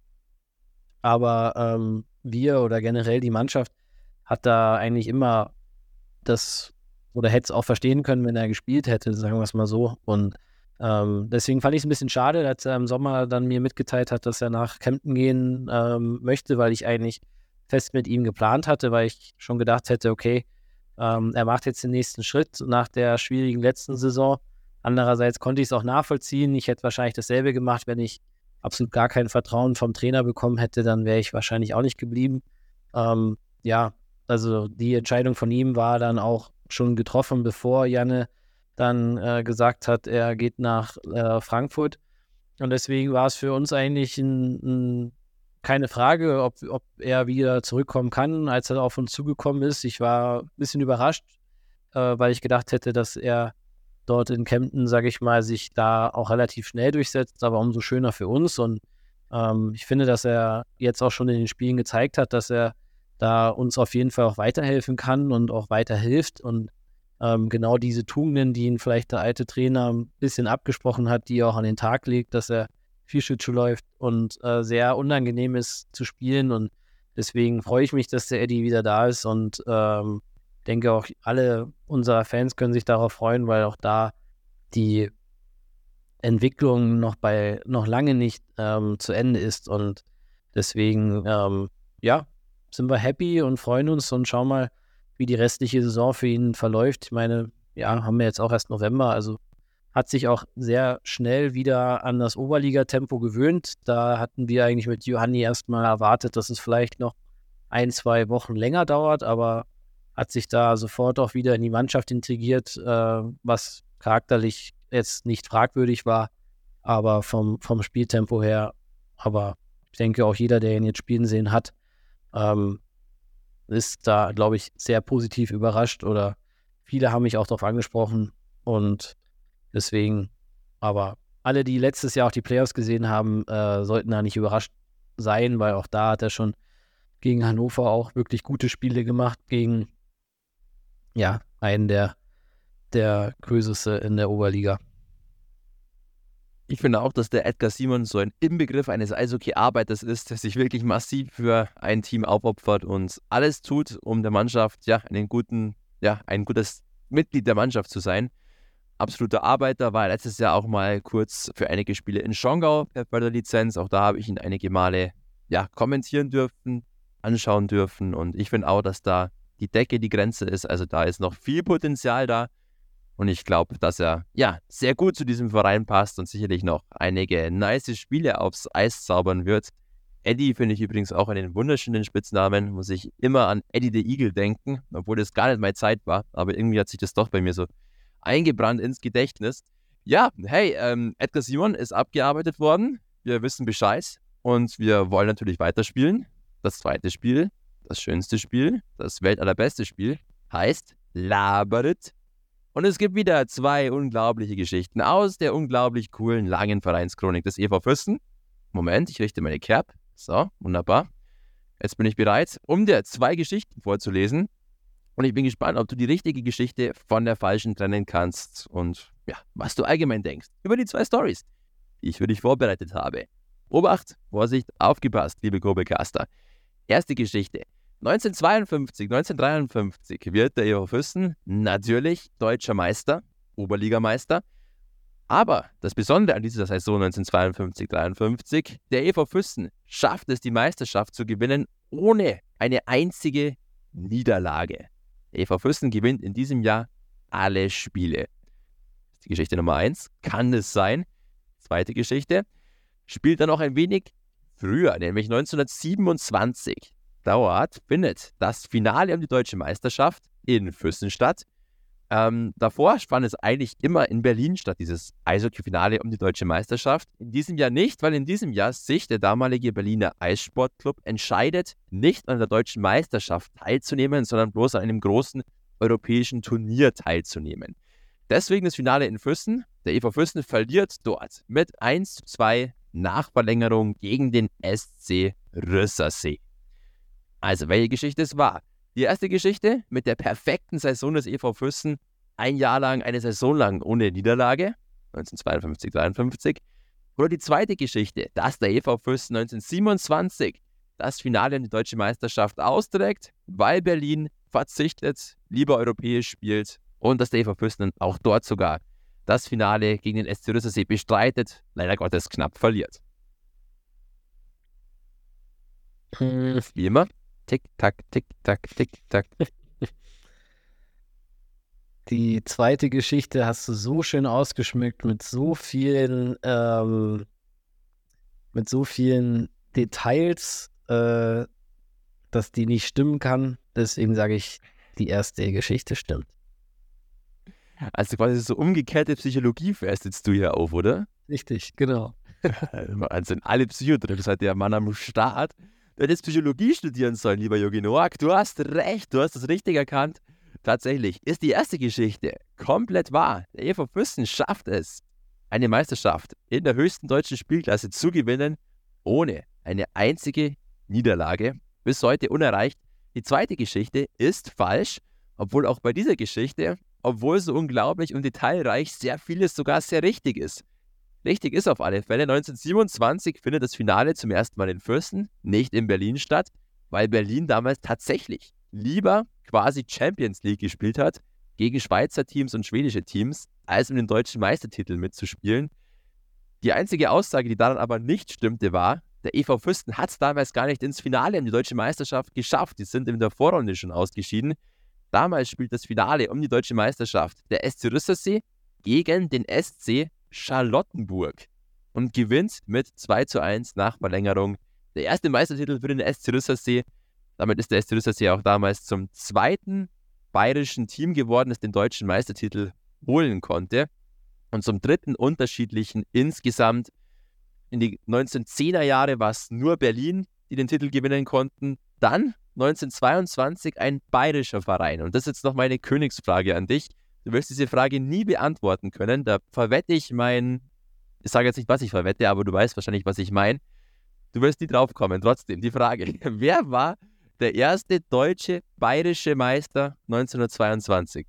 Aber ähm, wir oder generell die Mannschaft hat da eigentlich immer das oder hätte es auch verstehen können, wenn er gespielt hätte, sagen wir es mal so. Und ähm, deswegen fand ich es ein bisschen schade, als er im Sommer dann mir mitgeteilt hat, dass er nach Kempten gehen ähm, möchte, weil ich eigentlich fest mit ihm geplant hatte, weil ich schon gedacht hätte, okay, ähm, er macht jetzt den nächsten Schritt nach der schwierigen letzten Saison. Andererseits konnte ich es auch nachvollziehen. Ich hätte wahrscheinlich dasselbe gemacht, wenn ich absolut gar kein Vertrauen vom Trainer bekommen hätte, dann wäre ich wahrscheinlich auch nicht geblieben. Ähm, ja, also die Entscheidung von ihm war dann auch schon getroffen, bevor Janne dann äh, gesagt hat, er geht nach äh, Frankfurt. Und deswegen war es für uns eigentlich ein, ein, keine Frage, ob, ob er wieder zurückkommen kann, als er auf uns zugekommen ist. Ich war ein bisschen überrascht, äh, weil ich gedacht hätte, dass er dort in Kempten, sage ich mal, sich da auch relativ schnell durchsetzt, aber umso schöner für uns. Und ähm, ich finde, dass er jetzt auch schon in den Spielen gezeigt hat, dass er da uns auf jeden Fall auch weiterhelfen kann und auch weiterhilft. Und ähm, genau diese Tugenden, die ihn vielleicht der alte Trainer ein bisschen abgesprochen hat, die er auch an den Tag legt, dass er Vierschütze läuft und äh, sehr unangenehm ist zu spielen. Und deswegen freue ich mich, dass der Eddie wieder da ist und ähm, denke auch, alle unserer Fans können sich darauf freuen, weil auch da die Entwicklung noch bei noch lange nicht ähm, zu Ende ist. Und deswegen, ähm, ja, sind wir happy und freuen uns und schauen mal, wie die restliche Saison für ihn verläuft. Ich meine, ja, haben wir jetzt auch erst November, also hat sich auch sehr schnell wieder an das Oberligatempo gewöhnt. Da hatten wir eigentlich mit Johanni erstmal erwartet, dass es vielleicht noch ein, zwei Wochen länger dauert, aber hat sich da sofort auch wieder in die Mannschaft integriert, äh, was charakterlich jetzt nicht fragwürdig war, aber vom, vom Spieltempo her. Aber ich denke, auch jeder, der ihn jetzt spielen sehen hat, ähm, ist da, glaube ich, sehr positiv überrascht oder viele haben mich auch darauf angesprochen und deswegen, aber alle, die letztes Jahr auch die Playoffs gesehen haben, äh, sollten da nicht überrascht sein, weil auch da hat er schon gegen Hannover auch wirklich gute Spiele gemacht, gegen ja, einen der, der Größte in der Oberliga. Ich finde auch, dass der Edgar Simon so ein Inbegriff eines Eishockey-Arbeiters ist, der sich wirklich massiv für ein Team aufopfert und alles tut, um der Mannschaft, ja, einen guten, ja, ein gutes Mitglied der Mannschaft zu sein. Absoluter Arbeiter, war letztes Jahr auch mal kurz für einige Spiele in Schongau bei der Lizenz. Auch da habe ich ihn einige Male, ja, kommentieren dürfen, anschauen dürfen und ich finde auch, dass da die Decke die Grenze ist, also da ist noch viel Potenzial da. Und ich glaube, dass er ja sehr gut zu diesem Verein passt und sicherlich noch einige nice Spiele aufs Eis zaubern wird. Eddie finde ich übrigens auch einen wunderschönen Spitznamen. Muss ich immer an Eddie the Eagle denken, obwohl das gar nicht meine Zeit war. Aber irgendwie hat sich das doch bei mir so eingebrannt ins Gedächtnis. Ja, hey, ähm, Edgar Simon ist abgearbeitet worden. Wir wissen Bescheid und wir wollen natürlich weiterspielen. Das zweite Spiel, das schönste Spiel, das weltallerbeste Spiel heißt Laberit. Und es gibt wieder zwei unglaubliche Geschichten aus der unglaublich coolen langen Vereinschronik des E V Füssen. Moment, ich richte meine Cap. So, wunderbar. Jetzt bin ich bereit, um dir zwei Geschichten vorzulesen. Und ich bin gespannt, ob du die richtige Geschichte von der falschen trennen kannst und ja, was du allgemein denkst über die zwei Storys, die ich für dich vorbereitet habe. Obacht, Vorsicht, aufgepasst, liebe Kurbelcaster. Erste Geschichte. neunzehnhundertzweiundfünfzig, neunzehnhundertdreiundfünfzig wird der E V Füssen natürlich deutscher Meister, Oberligameister. Aber das Besondere an dieser Saison neunzehnhundertzweiundfünfzig dreiundfünfzig, der E V Füssen schafft es, die Meisterschaft zu gewinnen, ohne eine einzige Niederlage. Der E V Füssen gewinnt in diesem Jahr alle Spiele. Das ist die Geschichte Nummer eins. Kann es sein? Zweite Geschichte. Spielt dann noch ein wenig früher, nämlich neunzehnhundertsiebenundzwanzig. Dauert, findet das Finale um die deutsche Meisterschaft in Füssen statt. Ähm, davor fand es eigentlich immer in Berlin statt, dieses Eishockey-Finale um die deutsche Meisterschaft. In diesem Jahr nicht, weil in diesem Jahr sich der damalige Berliner Eissportclub entscheidet, nicht an der deutschen Meisterschaft teilzunehmen, sondern bloß an einem großen europäischen Turnier teilzunehmen. Deswegen das Finale in Füssen. Der E V Füssen verliert dort mit eins zu zwei nach Verlängerung gegen den S C Rüssersee. Also, welche Geschichte es war? Die erste Geschichte mit der perfekten Saison des E V Füssen, ein Jahr lang, eine Saison lang ohne Niederlage, neunzehnhundertzweiundfünfzig dreiundfünfzig. Oder die zweite Geschichte, dass der E V Füssen neunzehnhundertsiebenundzwanzig das Finale um die deutsche Meisterschaft austrägt, weil Berlin verzichtet, lieber europäisch spielt und dass der E V Füssen auch dort sogar das Finale gegen den S C Rüssersee bestreitet, leider Gottes knapp verliert. Hm. Wie immer. Tick, tack, tick, tack, tick, tack. Die zweite Geschichte hast du so schön ausgeschmückt mit so vielen, ähm, mit so vielen Details, äh, dass die nicht stimmen kann. Deswegen sage ich, die erste Geschichte stimmt. Also quasi so umgekehrte Psychologie fährst jetzt du hier auf, oder? Richtig, genau. Also sind alle Psychotrips, hat der Mann am Start. Du hättest Psychologie studieren sollen, lieber Jogi Noack. Du hast recht, du hast das richtig erkannt. Tatsächlich ist die erste Geschichte komplett wahr. Der E V Füssen schafft es, eine Meisterschaft in der höchsten deutschen Spielklasse zu gewinnen, ohne eine einzige Niederlage. Bis heute unerreicht. Die zweite Geschichte ist falsch, obwohl auch bei dieser Geschichte, obwohl so unglaublich und detailreich, sehr vieles sogar sehr richtig ist. Richtig ist auf alle Fälle, neunzehnhundertsiebenundzwanzig findet das Finale zum ersten Mal in Füssen, nicht in Berlin statt, weil Berlin damals tatsächlich lieber quasi Champions League gespielt hat, gegen Schweizer Teams und schwedische Teams, als um den deutschen Meistertitel mitzuspielen. Die einzige Aussage, die daran aber nicht stimmte, war, der E V Füssen hat es damals gar nicht ins Finale um die deutsche Meisterschaft geschafft. Die sind in der Vorrunde schon ausgeschieden. Damals spielt das Finale um die deutsche Meisterschaft der S C Rüssersee gegen den S C Charlottenburg und gewinnt mit zwei zu eins nach Verlängerung. Der erste Meistertitel für den S C Rüssersee. Damit ist der S C Rüssersee auch damals zum zweiten bayerischen Team geworden, das den deutschen Meistertitel holen konnte. Und zum dritten unterschiedlichen insgesamt. In die neunzehnhundertzehner Jahre war es nur Berlin, die den Titel gewinnen konnten. Dann neunzehnhundertzweiundzwanzig ein bayerischer Verein. Und das ist jetzt noch meine Königsfrage an dich. Du wirst diese Frage nie beantworten können. Da verwette ich mein, ich sage jetzt nicht, was ich verwette, aber du weißt wahrscheinlich, was ich meine. Du wirst nie drauf kommen. Trotzdem, die Frage, wer war der erste deutsche bayerische Meister neunzehnhundertzweiundzwanzig?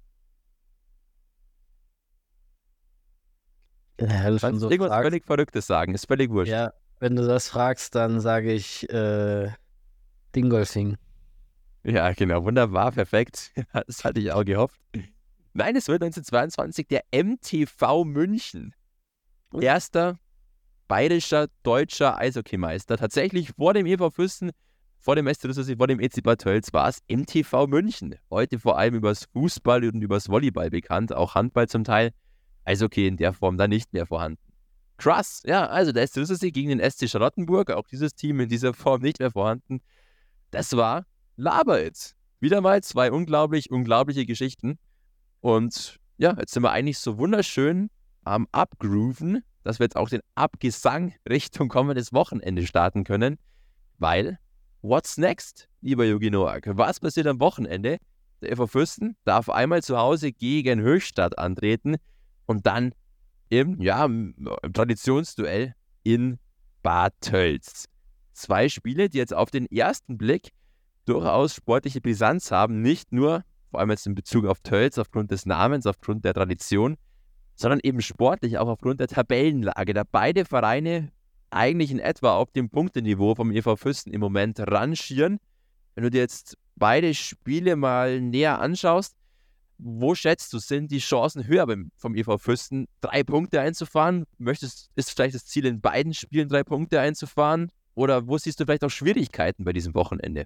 Ja, Du kannst so irgendwas fragst. Völlig Verrücktes sagen, ist völlig wurscht. Ja, wenn du das fragst, dann sage ich äh, Dingolfing. Ja, genau, wunderbar, perfekt. Das hatte ich auch gehofft. Nein, es wird neunzehnhundertzweiundzwanzig der M T V München. Erster bayerischer, deutscher Eishockeymeister. Tatsächlich vor dem E V Füssen, vor dem S C Rüssersee, vor dem E C Bad Tölz war es M T V München. Heute vor allem übers Fußball und übers Volleyball bekannt, auch Handball zum Teil. Eishockey in der Form dann nicht mehr vorhanden. Krass, ja, also der S C Rüssersee gegen den S C Charlottenburg, auch dieses Team in dieser Form nicht mehr vorhanden. Das war Laberitz. Wieder mal zwei unglaublich, unglaubliche Geschichten. Und ja, jetzt sind wir eigentlich so wunderschön am Abgrooven, dass wir jetzt auch den Abgesang Richtung kommendes Wochenende starten können. Weil, what's next, lieber Jogi Noack? Was passiert am Wochenende? Der E V Füssen darf einmal zu Hause gegen Höchstadt antreten und dann im, ja, im Traditionsduell in Bad Tölz. Zwei Spiele, die jetzt auf den ersten Blick durchaus sportliche Brisanz haben, nicht nur, vor allem jetzt in Bezug auf Tölz, aufgrund des Namens, aufgrund der Tradition, sondern eben sportlich auch aufgrund der Tabellenlage, da beide Vereine eigentlich in etwa auf dem Punkteniveau vom E V Füssen im Moment rangieren. Wenn du dir jetzt beide Spiele mal näher anschaust, wo schätzt du, sind die Chancen höher beim, vom E V Füssen, drei Punkte einzufahren? Möchtest, ist vielleicht das Ziel, in beiden Spielen drei Punkte einzufahren? Oder wo siehst du vielleicht auch Schwierigkeiten bei diesem Wochenende?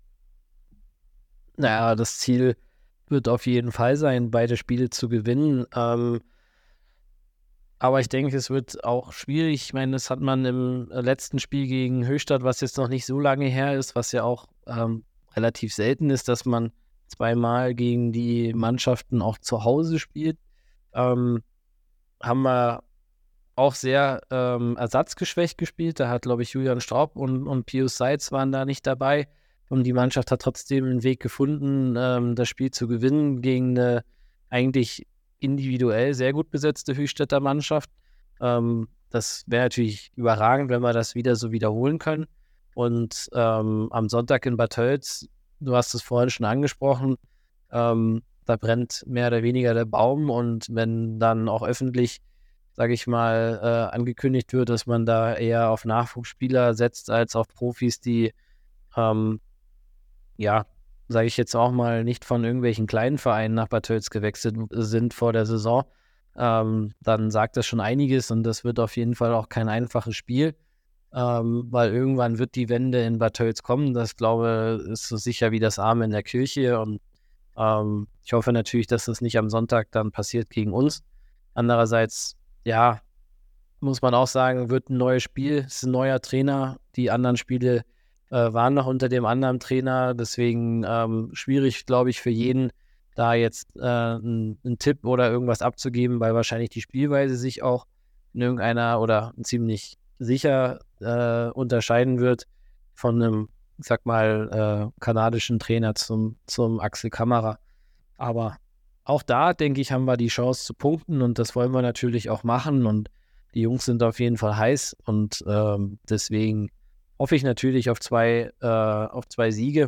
Naja, das Ziel wird auf jeden Fall sein, beide Spiele zu gewinnen. Ähm, aber ich denke, es wird auch schwierig. Ich meine, das hat man im letzten Spiel gegen Höchstadt, was jetzt noch nicht so lange her ist, was ja auch ähm, relativ selten ist, dass man zweimal gegen die Mannschaften auch zu Hause spielt, ähm, haben wir auch sehr ähm, ersatzgeschwächt gespielt. Da hat, glaube ich, Julian Straub und, und Pius Seitz waren da nicht dabei. Und die Mannschaft hat trotzdem einen Weg gefunden, ähm, das Spiel zu gewinnen gegen eine eigentlich individuell sehr gut besetzte Höchstädter Mannschaft. Ähm, das wäre natürlich überragend, wenn wir das wieder so wiederholen können. Und ähm, am Sonntag in Bad Tölz, du hast es vorhin schon angesprochen, ähm, da brennt mehr oder weniger der Baum. Und wenn dann auch öffentlich, sage ich mal, äh, angekündigt wird, dass man da eher auf Nachwuchsspieler setzt als auf Profis, die, ähm, ja, sage ich jetzt auch mal, nicht von irgendwelchen kleinen Vereinen nach Bad Tölz gewechselt sind vor der Saison, ähm, dann sagt das schon einiges und das wird auf jeden Fall auch kein einfaches Spiel, ähm, weil irgendwann wird die Wende in Bad Tölz kommen. Das, glaube ich, ist so sicher wie das Amen in der Kirche und ähm, ich hoffe natürlich, dass das nicht am Sonntag dann passiert gegen uns. Andererseits, ja, muss man auch sagen, wird ein neues Spiel, es ist ein neuer Trainer. Die anderen Spiele äh, waren noch unter dem anderen Trainer, deswegen ähm, schwierig, glaube ich, für jeden, da jetzt äh, einen Tipp oder irgendwas abzugeben, weil wahrscheinlich die Spielweise sich auch in irgendeiner oder ziemlich sicher äh, unterscheiden wird von einem, ich sag mal, äh, kanadischen Trainer zum, zum Axel Kammerer. Aber auch da, denke ich, haben wir die Chance zu punkten und das wollen wir natürlich auch machen und die Jungs sind auf jeden Fall heiß und ähm, deswegen hoffe ich natürlich auf zwei, äh, auf zwei Siege,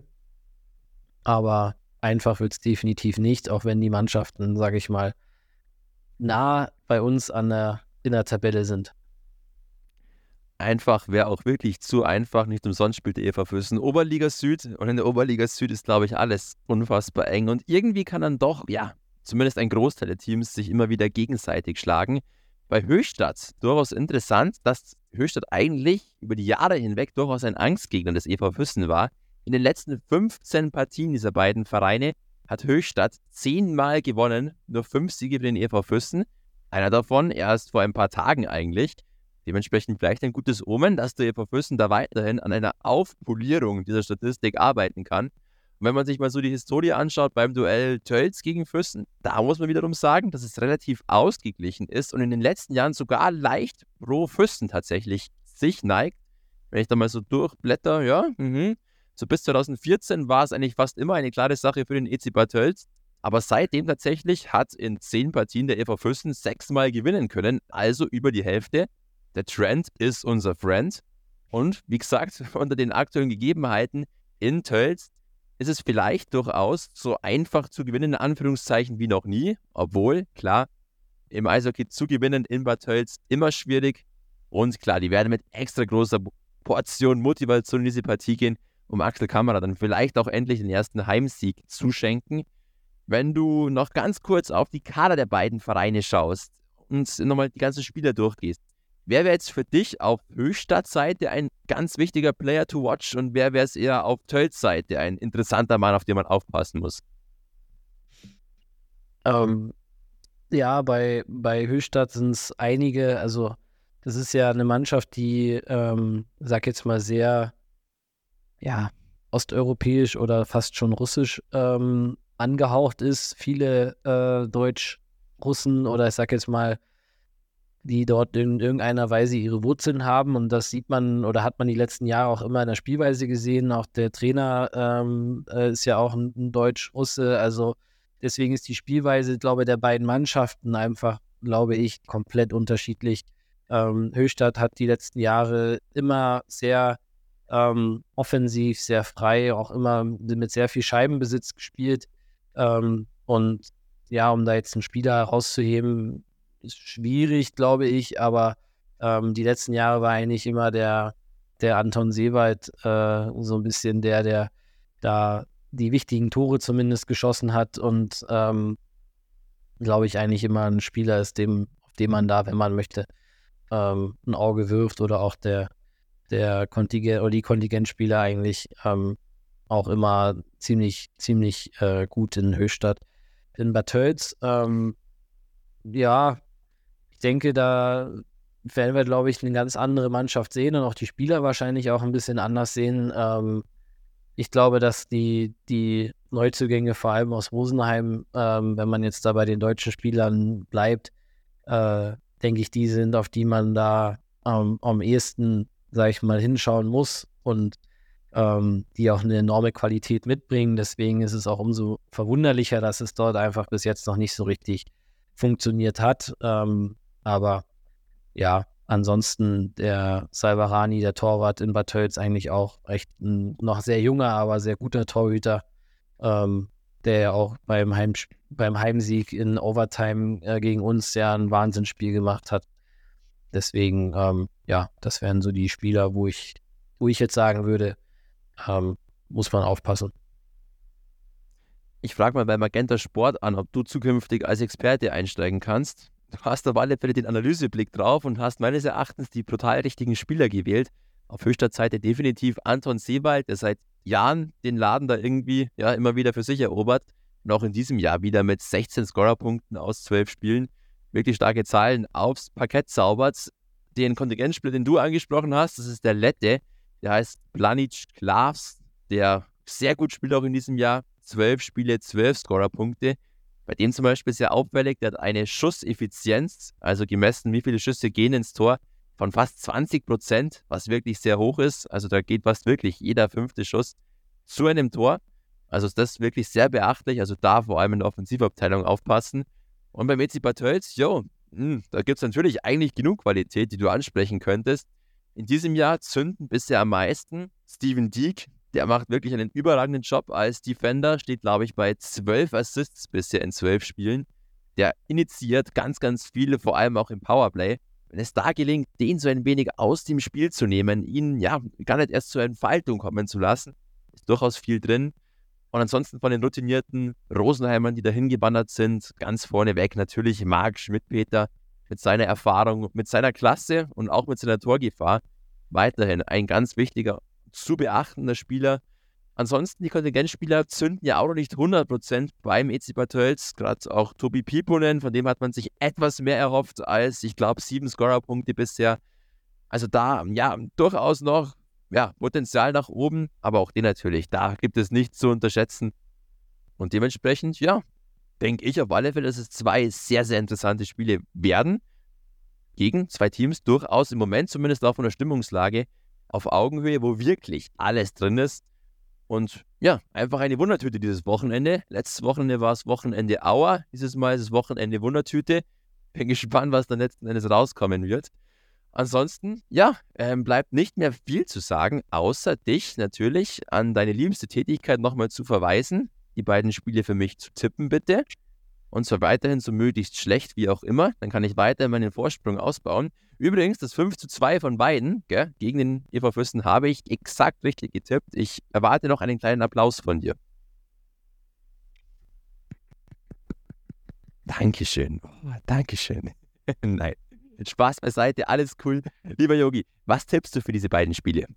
aber einfach wird es definitiv nicht, auch wenn die Mannschaften, sage ich mal, nah bei uns an der, in der Tabelle sind. Einfach wäre auch wirklich zu einfach. Nicht umsonst spielt der E V Füssen Oberliga Süd und in der Oberliga Süd ist, glaube ich, alles unfassbar eng und irgendwie kann dann doch, ja, zumindest ein Großteil der Teams sich immer wieder gegenseitig schlagen. Bei Höchstadt durchaus interessant, dass Höchstadt eigentlich über die Jahre hinweg durchaus ein Angstgegner des E V Füssen war. In den letzten fünfzehn Partien dieser beiden Vereine hat Höchstadt zehnmal gewonnen, nur fünf Siege für den E V Füssen. Einer davon erst vor ein paar Tagen eigentlich. Dementsprechend vielleicht ein gutes Omen, dass der E V Füssen da weiterhin an einer Aufpolierung dieser Statistik arbeiten kann. Und wenn man sich mal so die Historie anschaut beim Duell Tölz gegen Füssen, da muss man wiederum sagen, dass es relativ ausgeglichen ist und in den letzten Jahren sogar leicht pro Füssen tatsächlich sich neigt. Wenn ich da mal so durchblätter, ja, mhm. so bis zwanzig vierzehn war es eigentlich fast immer eine klare Sache für den E C Bad Tölz. Aber seitdem tatsächlich hat in zehn Partien der E V Füssen sechsmal gewinnen können, also über die Hälfte. Der Trend ist unser Friend. Und wie gesagt, unter den aktuellen Gegebenheiten in Tölz ist es vielleicht durchaus so einfach zu gewinnen, in Anführungszeichen, wie noch nie. Obwohl, klar, im Eishockey zu gewinnen in Bad Tölz immer schwierig. Und klar, die werden mit extra großer Portion Motivation in diese Partie gehen, um Axel Kammerer dann vielleicht auch endlich den ersten Heimsieg zu schenken. Wenn du noch ganz kurz auf die Kader der beiden Vereine schaust und nochmal die ganzen Spieler durchgehst, wer wäre jetzt für dich auf Höchstadt-Seite ein ganz wichtiger Player to watch und wer wäre es eher auf Tölz-Seite ein interessanter Mann, auf den man aufpassen muss? Ähm, ja, bei, bei Höchstadt sind es einige, also das ist ja eine Mannschaft, die, ähm, sag jetzt mal, sehr, ja, osteuropäisch oder fast schon russisch ähm, angehaucht ist. Viele äh, Deutsch-Russen oder ich sag jetzt mal, die dort in irgendeiner Weise ihre Wurzeln haben und das sieht man oder hat man die letzten Jahre auch immer in der Spielweise gesehen. Auch der Trainer ähm, äh, ist ja auch ein, ein Deutsch-Russe, also deswegen ist die Spielweise, glaube ich, der beiden Mannschaften einfach, glaube ich, komplett unterschiedlich. Ähm, Höchstadt hat die letzten Jahre immer sehr ähm, offensiv, sehr frei, auch immer mit sehr viel Scheibenbesitz gespielt. Ähm, und ja, um da jetzt einen Spieler herauszuheben, ist schwierig, glaube ich, aber ähm, die letzten Jahre war eigentlich immer der, der Anton Seewald äh, so ein bisschen der, der da die wichtigen Tore zumindest geschossen hat und ähm, glaube ich eigentlich immer ein Spieler ist, dem, auf den man da, wenn man möchte, ähm, ein Auge wirft oder auch der, der Kontingent oder die Kontingentspieler eigentlich ähm, auch immer ziemlich, ziemlich äh, gut in Höchstadt. In Bad Tölz, ähm, ja, ich denke, da werden wir, glaube ich, eine ganz andere Mannschaft sehen und auch die Spieler wahrscheinlich auch ein bisschen anders sehen. Ähm, ich glaube, dass die, die Neuzugänge, vor allem aus Rosenheim, ähm, wenn man jetzt da bei den deutschen Spielern bleibt, äh, denke ich, die sind, auf die man da ähm, am ehesten, sage ich mal, hinschauen muss und ähm, die auch eine enorme Qualität mitbringen. Deswegen ist es auch umso verwunderlicher, dass es dort einfach bis jetzt noch nicht so richtig funktioniert hat. Ähm, aber ja, ansonsten der Salvarani, der Torwart in Bad Tölz, eigentlich auch echt ein noch sehr junger, aber sehr guter Torhüter, ähm, der ja auch beim, Heim, beim Heimsieg in Overtime äh, gegen uns ja ein Wahnsinnsspiel gemacht hat. Deswegen, ähm, ja, das wären so die Spieler, wo ich, wo ich jetzt sagen würde, ähm, muss man aufpassen. Ich frage mal bei Magenta Sport an, ob du zukünftig als Experte einsteigen kannst. Du hast auf alle Fälle den Analyseblick drauf und hast meines Erachtens die brutal richtigen Spieler gewählt. Auf Höchstadt-Seite definitiv Anton Sewald, der seit Jahren den Laden da irgendwie ja immer wieder für sich erobert. Und auch in diesem Jahr wieder mit sechzehn Scorerpunkten aus zwölf Spielen. Wirklich starke Zahlen aufs Parkett zaubert. Den Kontingentspieler, den du angesprochen hast, das ist der Lette. Der heißt Blanic Klavs, der sehr gut spielt auch in diesem Jahr. zwölf Spiele, zwölf Scorerpunkte. Bei dem zum Beispiel ist sehr auffällig, der hat eine Schusseffizienz, also gemessen, wie viele Schüsse gehen ins Tor, von fast zwanzig Prozent, was wirklich sehr hoch ist. Also da geht fast wirklich jeder fünfte Schuss zu einem Tor. Also ist das wirklich sehr beachtlich. Also da vor allem in der Offensivabteilung aufpassen. Und beim E C Bad Tölz, jo, mh, da gibt es natürlich eigentlich genug Qualität, die du ansprechen könntest. In diesem Jahr zünden bisher am meisten Steven Dieck. Der macht wirklich einen überragenden Job als Defender, steht, glaube ich, bei zwölf Assists bisher in zwölf Spielen. Der initiiert ganz, ganz viele, vor allem auch im Powerplay. Wenn es da gelingt, den so ein wenig aus dem Spiel zu nehmen, ihn ja gar nicht erst zur Entfaltung kommen zu lassen, ist durchaus viel drin. Und ansonsten von den routinierten Rosenheimern, die dahin gewandert sind, ganz vorneweg natürlich Marc Schmidt-Peter mit seiner Erfahrung, mit seiner Klasse und auch mit seiner Torgefahr weiterhin ein ganz wichtiger, zu beachtender Spieler. Ansonsten die Kontingentspieler zünden ja auch noch nicht hundert Prozent beim E C Bad Tölz. Gerade auch Tobi Piponen, von dem hat man sich etwas mehr erhofft als, ich glaube, sieben Scorerpunkte bisher. Also da, ja, durchaus noch ja, Potenzial nach oben, aber auch den natürlich, da gibt es nichts zu unterschätzen. Und dementsprechend, ja, denke ich auf alle Fälle, dass es zwei sehr, sehr interessante Spiele werden. Gegen zwei Teams durchaus im Moment, zumindest auch von der Stimmungslage, auf Augenhöhe, wo wirklich alles drin ist. Und ja, einfach eine Wundertüte dieses Wochenende. Letztes Wochenende war es Wochenende Auer, dieses Mal ist es Wochenende Wundertüte. Bin gespannt, was dann letzten Endes rauskommen wird. Ansonsten, ja, ähm, bleibt nicht mehr viel zu sagen, außer dich natürlich an deine liebste Tätigkeit nochmal zu verweisen. Die beiden Spiele für mich zu tippen, bitte. Und zwar weiterhin so möglichst schlecht wie auch immer. Dann kann ich weiter meinen Vorsprung ausbauen. Übrigens, das fünf zu zwei von beiden gell, gegen den E V Füssen habe ich exakt richtig getippt. Ich erwarte noch einen kleinen Applaus von dir. Dankeschön. Oh, Dankeschön. Nein, Spaß beiseite, alles cool. Lieber Yogi, was tippst du für diese beiden Spiele?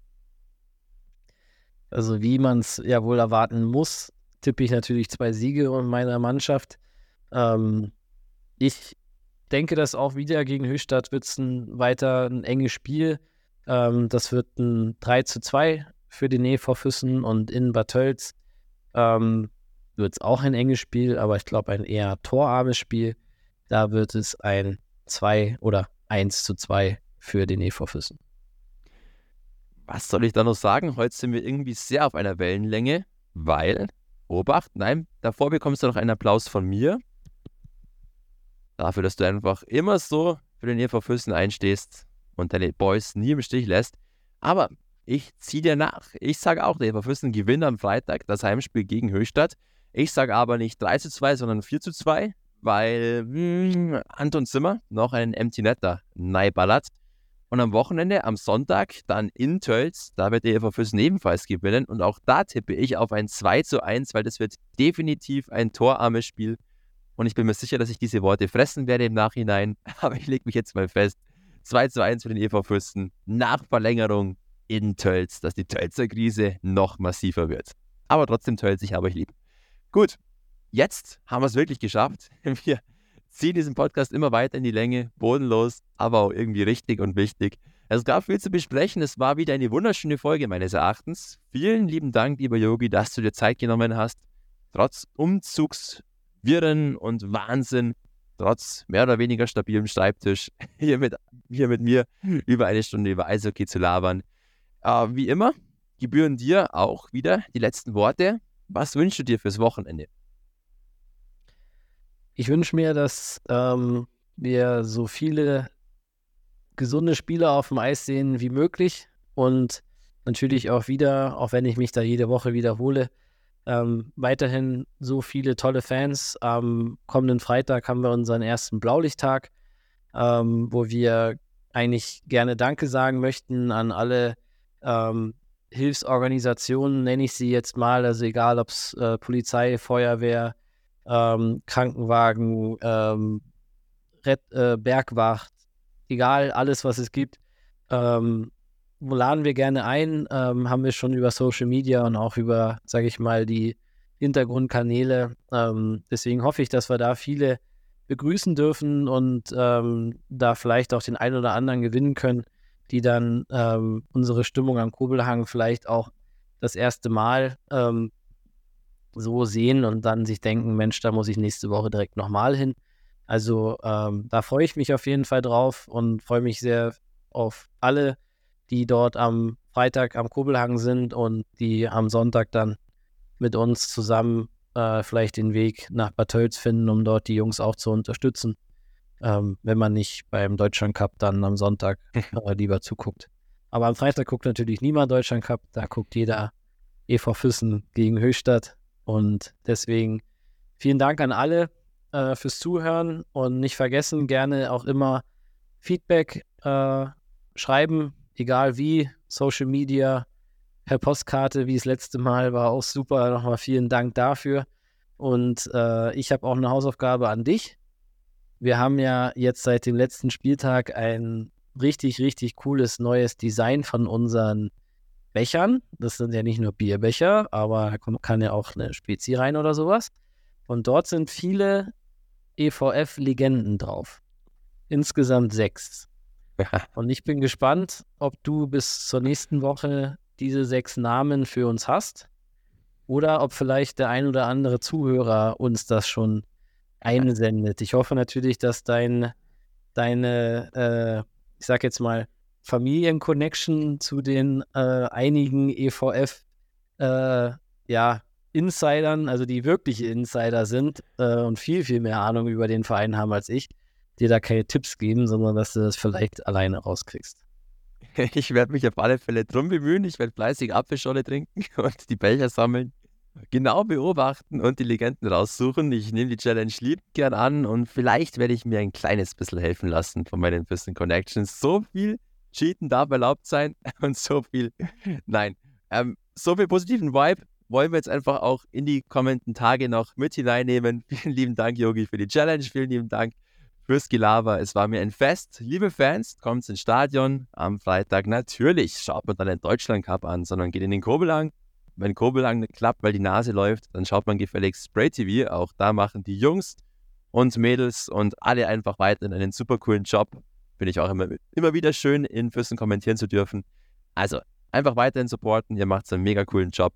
Also wie man es ja wohl erwarten muss, tippe ich natürlich zwei Siege in meiner Mannschaft. Ähm, ich denke, dass auch wieder gegen Höchstadt wird es ein, weiter ein enges Spiel. Ähm, das wird ein drei zu zwei für den E V Füssen und in Bad Tölz ähm, wird es auch ein enges Spiel, aber ich glaube ein eher torarmes Spiel. Da wird es ein zwei oder eins zu zwei für den E V Füssen. Was soll ich da noch sagen? Heute sind wir irgendwie sehr auf einer Wellenlänge, weil, Obacht, nein, davor bekommst du noch einen Applaus von mir. Dafür, dass du einfach immer so für den E V Füssen einstehst und deine Boys nie im Stich lässt. Aber ich ziehe dir nach. Ich sage auch, der E V Füssen gewinnt am Freitag das Heimspiel gegen Höchstadt. Ich sage aber nicht drei zu zwei, sondern vier zu zwei, weil mh, Anton Zimmer noch einen Empty Netter neiballert. Und am Wochenende, am Sonntag, dann in Tölz, da wird der E V Füssen ebenfalls gewinnen. Und auch da tippe ich auf ein zwei zu eins, weil das wird definitiv ein torarmes Spiel. Und ich bin mir sicher, dass ich diese Worte fressen werde im Nachhinein. Aber ich lege mich jetzt mal fest. zwei zu eins für den E V Füssen nach Verlängerung in Tölz, dass die Tölzer Krise noch massiver wird. Aber trotzdem Tölz, ich habe euch lieb. Gut, jetzt haben wir es wirklich geschafft. Wir ziehen diesen Podcast immer weiter in die Länge, bodenlos, aber auch irgendwie richtig und wichtig. Es gab viel zu besprechen, es war wieder eine wunderschöne Folge meines Erachtens. Vielen lieben Dank, lieber Yogi, dass du dir Zeit genommen hast, trotz Umzugswirren und Wahnsinn, trotz mehr oder weniger stabilem Schreibtisch, hier mit, hier mit mir über eine Stunde über Eishockey zu labern. Äh, wie immer gebühren dir auch wieder die letzten Worte. Was wünschst du dir fürs Wochenende? Ich wünsche mir, dass ähm, wir so viele gesunde Spieler auf dem Eis sehen wie möglich und natürlich auch wieder, auch wenn ich mich da jede Woche wiederhole, ähm, weiterhin so viele tolle Fans. Am kommenden Freitag haben wir unseren ersten Blaulichttag, ähm, wo wir eigentlich gerne Danke sagen möchten an alle ähm, Hilfsorganisationen, nenne ich sie jetzt mal, also egal ob es äh, Polizei, Feuerwehr, ähm, Krankenwagen, ähm, Red, äh, Bergwacht, egal, alles, was es gibt, ähm, wo laden wir gerne ein, ähm, haben wir schon über Social Media und auch über, sage ich mal, die Hintergrundkanäle. Ähm, deswegen hoffe ich, dass wir da viele begrüßen dürfen und ähm, da vielleicht auch den einen oder anderen gewinnen können, die dann ähm, unsere Stimmung am Kobelhang vielleicht auch das erste Mal ähm, so sehen und dann sich denken, Mensch, da muss ich nächste Woche direkt nochmal hin. Also ähm, da freue ich mich auf jeden Fall drauf und freue mich sehr auf alle, die dort am Freitag am Kobelhang sind und die am Sonntag dann mit uns zusammen äh, vielleicht den Weg nach Bad Tölz finden, um dort die Jungs auch zu unterstützen, ähm, wenn man nicht beim Deutschland Cup dann am Sonntag äh, lieber zuguckt. Aber am Freitag guckt natürlich niemand Deutschland Cup, da guckt jeder E V Füssen gegen Höchstadt und deswegen vielen Dank an alle äh, fürs Zuhören und nicht vergessen, gerne auch immer Feedback äh, schreiben, egal wie, Social Media, per Postkarte, wie das letzte Mal, war auch super. Nochmal vielen Dank dafür. Und äh, ich habe auch eine Hausaufgabe an dich. Wir haben ja jetzt seit dem letzten Spieltag ein richtig, richtig cooles neues Design von unseren Bechern. Das sind ja nicht nur Bierbecher, aber da kann ja auch eine Spezi rein oder sowas. Und dort sind viele E V F-Legenden drauf. Insgesamt sechs. Und ich bin gespannt, ob du bis zur nächsten Woche diese sechs Namen für uns hast oder ob vielleicht der ein oder andere Zuhörer uns das schon einsendet. Ich hoffe natürlich, dass dein, deine, äh, ich sag jetzt mal, Familienconnection zu den äh, einigen E V F äh, ja, Insidern, also die wirkliche Insider sind äh, und viel, viel mehr Ahnung über den Verein haben als ich, dir da keine Tipps geben, sondern dass du das vielleicht alleine rauskriegst. Ich werde mich auf alle Fälle drum bemühen. Ich werde fleißig Apfelschorle trinken und die Becher sammeln, genau beobachten und die Legenden raussuchen. Ich nehme die Challenge lieb gern an und vielleicht werde ich mir ein kleines bisschen helfen lassen von meinen Füssen Connections. So viel Cheaten darf erlaubt sein und so viel, nein, ähm, so viel positiven Vibe wollen wir jetzt einfach auch in die kommenden Tage noch mit hineinnehmen. Vielen lieben Dank, Yogi, für die Challenge. Vielen lieben Dank fürs Gelaber. Es war mir ein Fest. Liebe Fans, kommt ins Stadion am Freitag. Natürlich schaut man dann den Deutschland Cup an, sondern geht in den Kobelhang. Wenn Kobelhang nicht klappt, weil die Nase läuft, dann schaut man gefälligst Spray T V. Auch da machen die Jungs und Mädels und alle einfach weiterhin einen super coolen Job. Finde ich auch immer, immer wieder schön, in Füssen kommentieren zu dürfen. Also, einfach weiterhin supporten. Ihr macht einen mega coolen Job.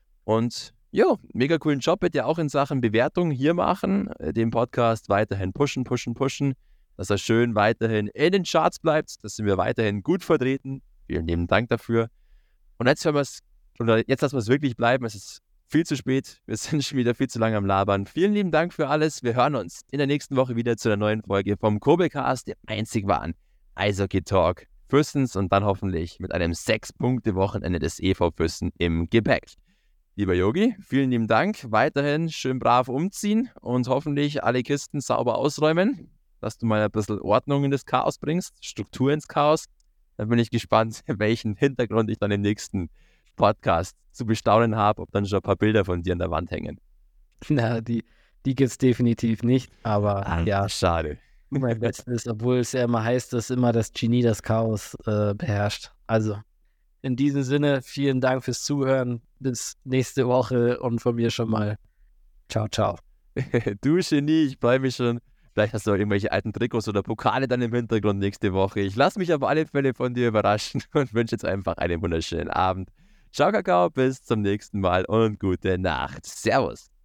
Und jo, mega coolen Job wird ihr auch in Sachen Bewertung hier machen. Den Podcast weiterhin pushen, pushen, pushen. Dass er schön weiterhin in den Charts bleibt. Dass sind wir weiterhin gut vertreten. Vielen lieben Dank dafür. Und jetzt hören wir es, oder jetzt lassen wir es wirklich bleiben. Es ist viel zu spät. Wir sind schon wieder viel zu lange am Labern. Vielen lieben Dank für alles. Wir hören uns in der nächsten Woche wieder zu einer neuen Folge vom Kobelcast, dem einzig wahren Eishockey Talk Füssens und dann hoffentlich mit einem sechs-Punkte-Wochenende des E V Füssen im Gepäck. Lieber Yogi, vielen lieben Dank. Weiterhin schön brav umziehen und hoffentlich alle Kisten sauber ausräumen, dass du mal ein bisschen Ordnung in das Chaos bringst, Struktur ins Chaos. Dann bin ich gespannt, welchen Hintergrund ich dann im nächsten Podcast zu bestaunen habe, ob dann schon ein paar Bilder von dir an der Wand hängen. Na, die, die gibt es definitiv nicht, aber ah, ja, schade. Mein Bestes, obwohl es ja immer heißt, dass immer das Genie das Chaos äh, beherrscht. Also, in diesem Sinne, vielen Dank fürs Zuhören. Bis nächste Woche und von mir schon mal ciao, ciao. Du Genie, ich freue mich schon Vielleicht hast du auch irgendwelche alten Trikots oder Pokale dann im Hintergrund nächste Woche. Ich lasse mich auf alle Fälle von dir überraschen und wünsche jetzt einfach einen wunderschönen Abend. Ciao, Kakao, bis zum nächsten Mal und gute Nacht. Servus.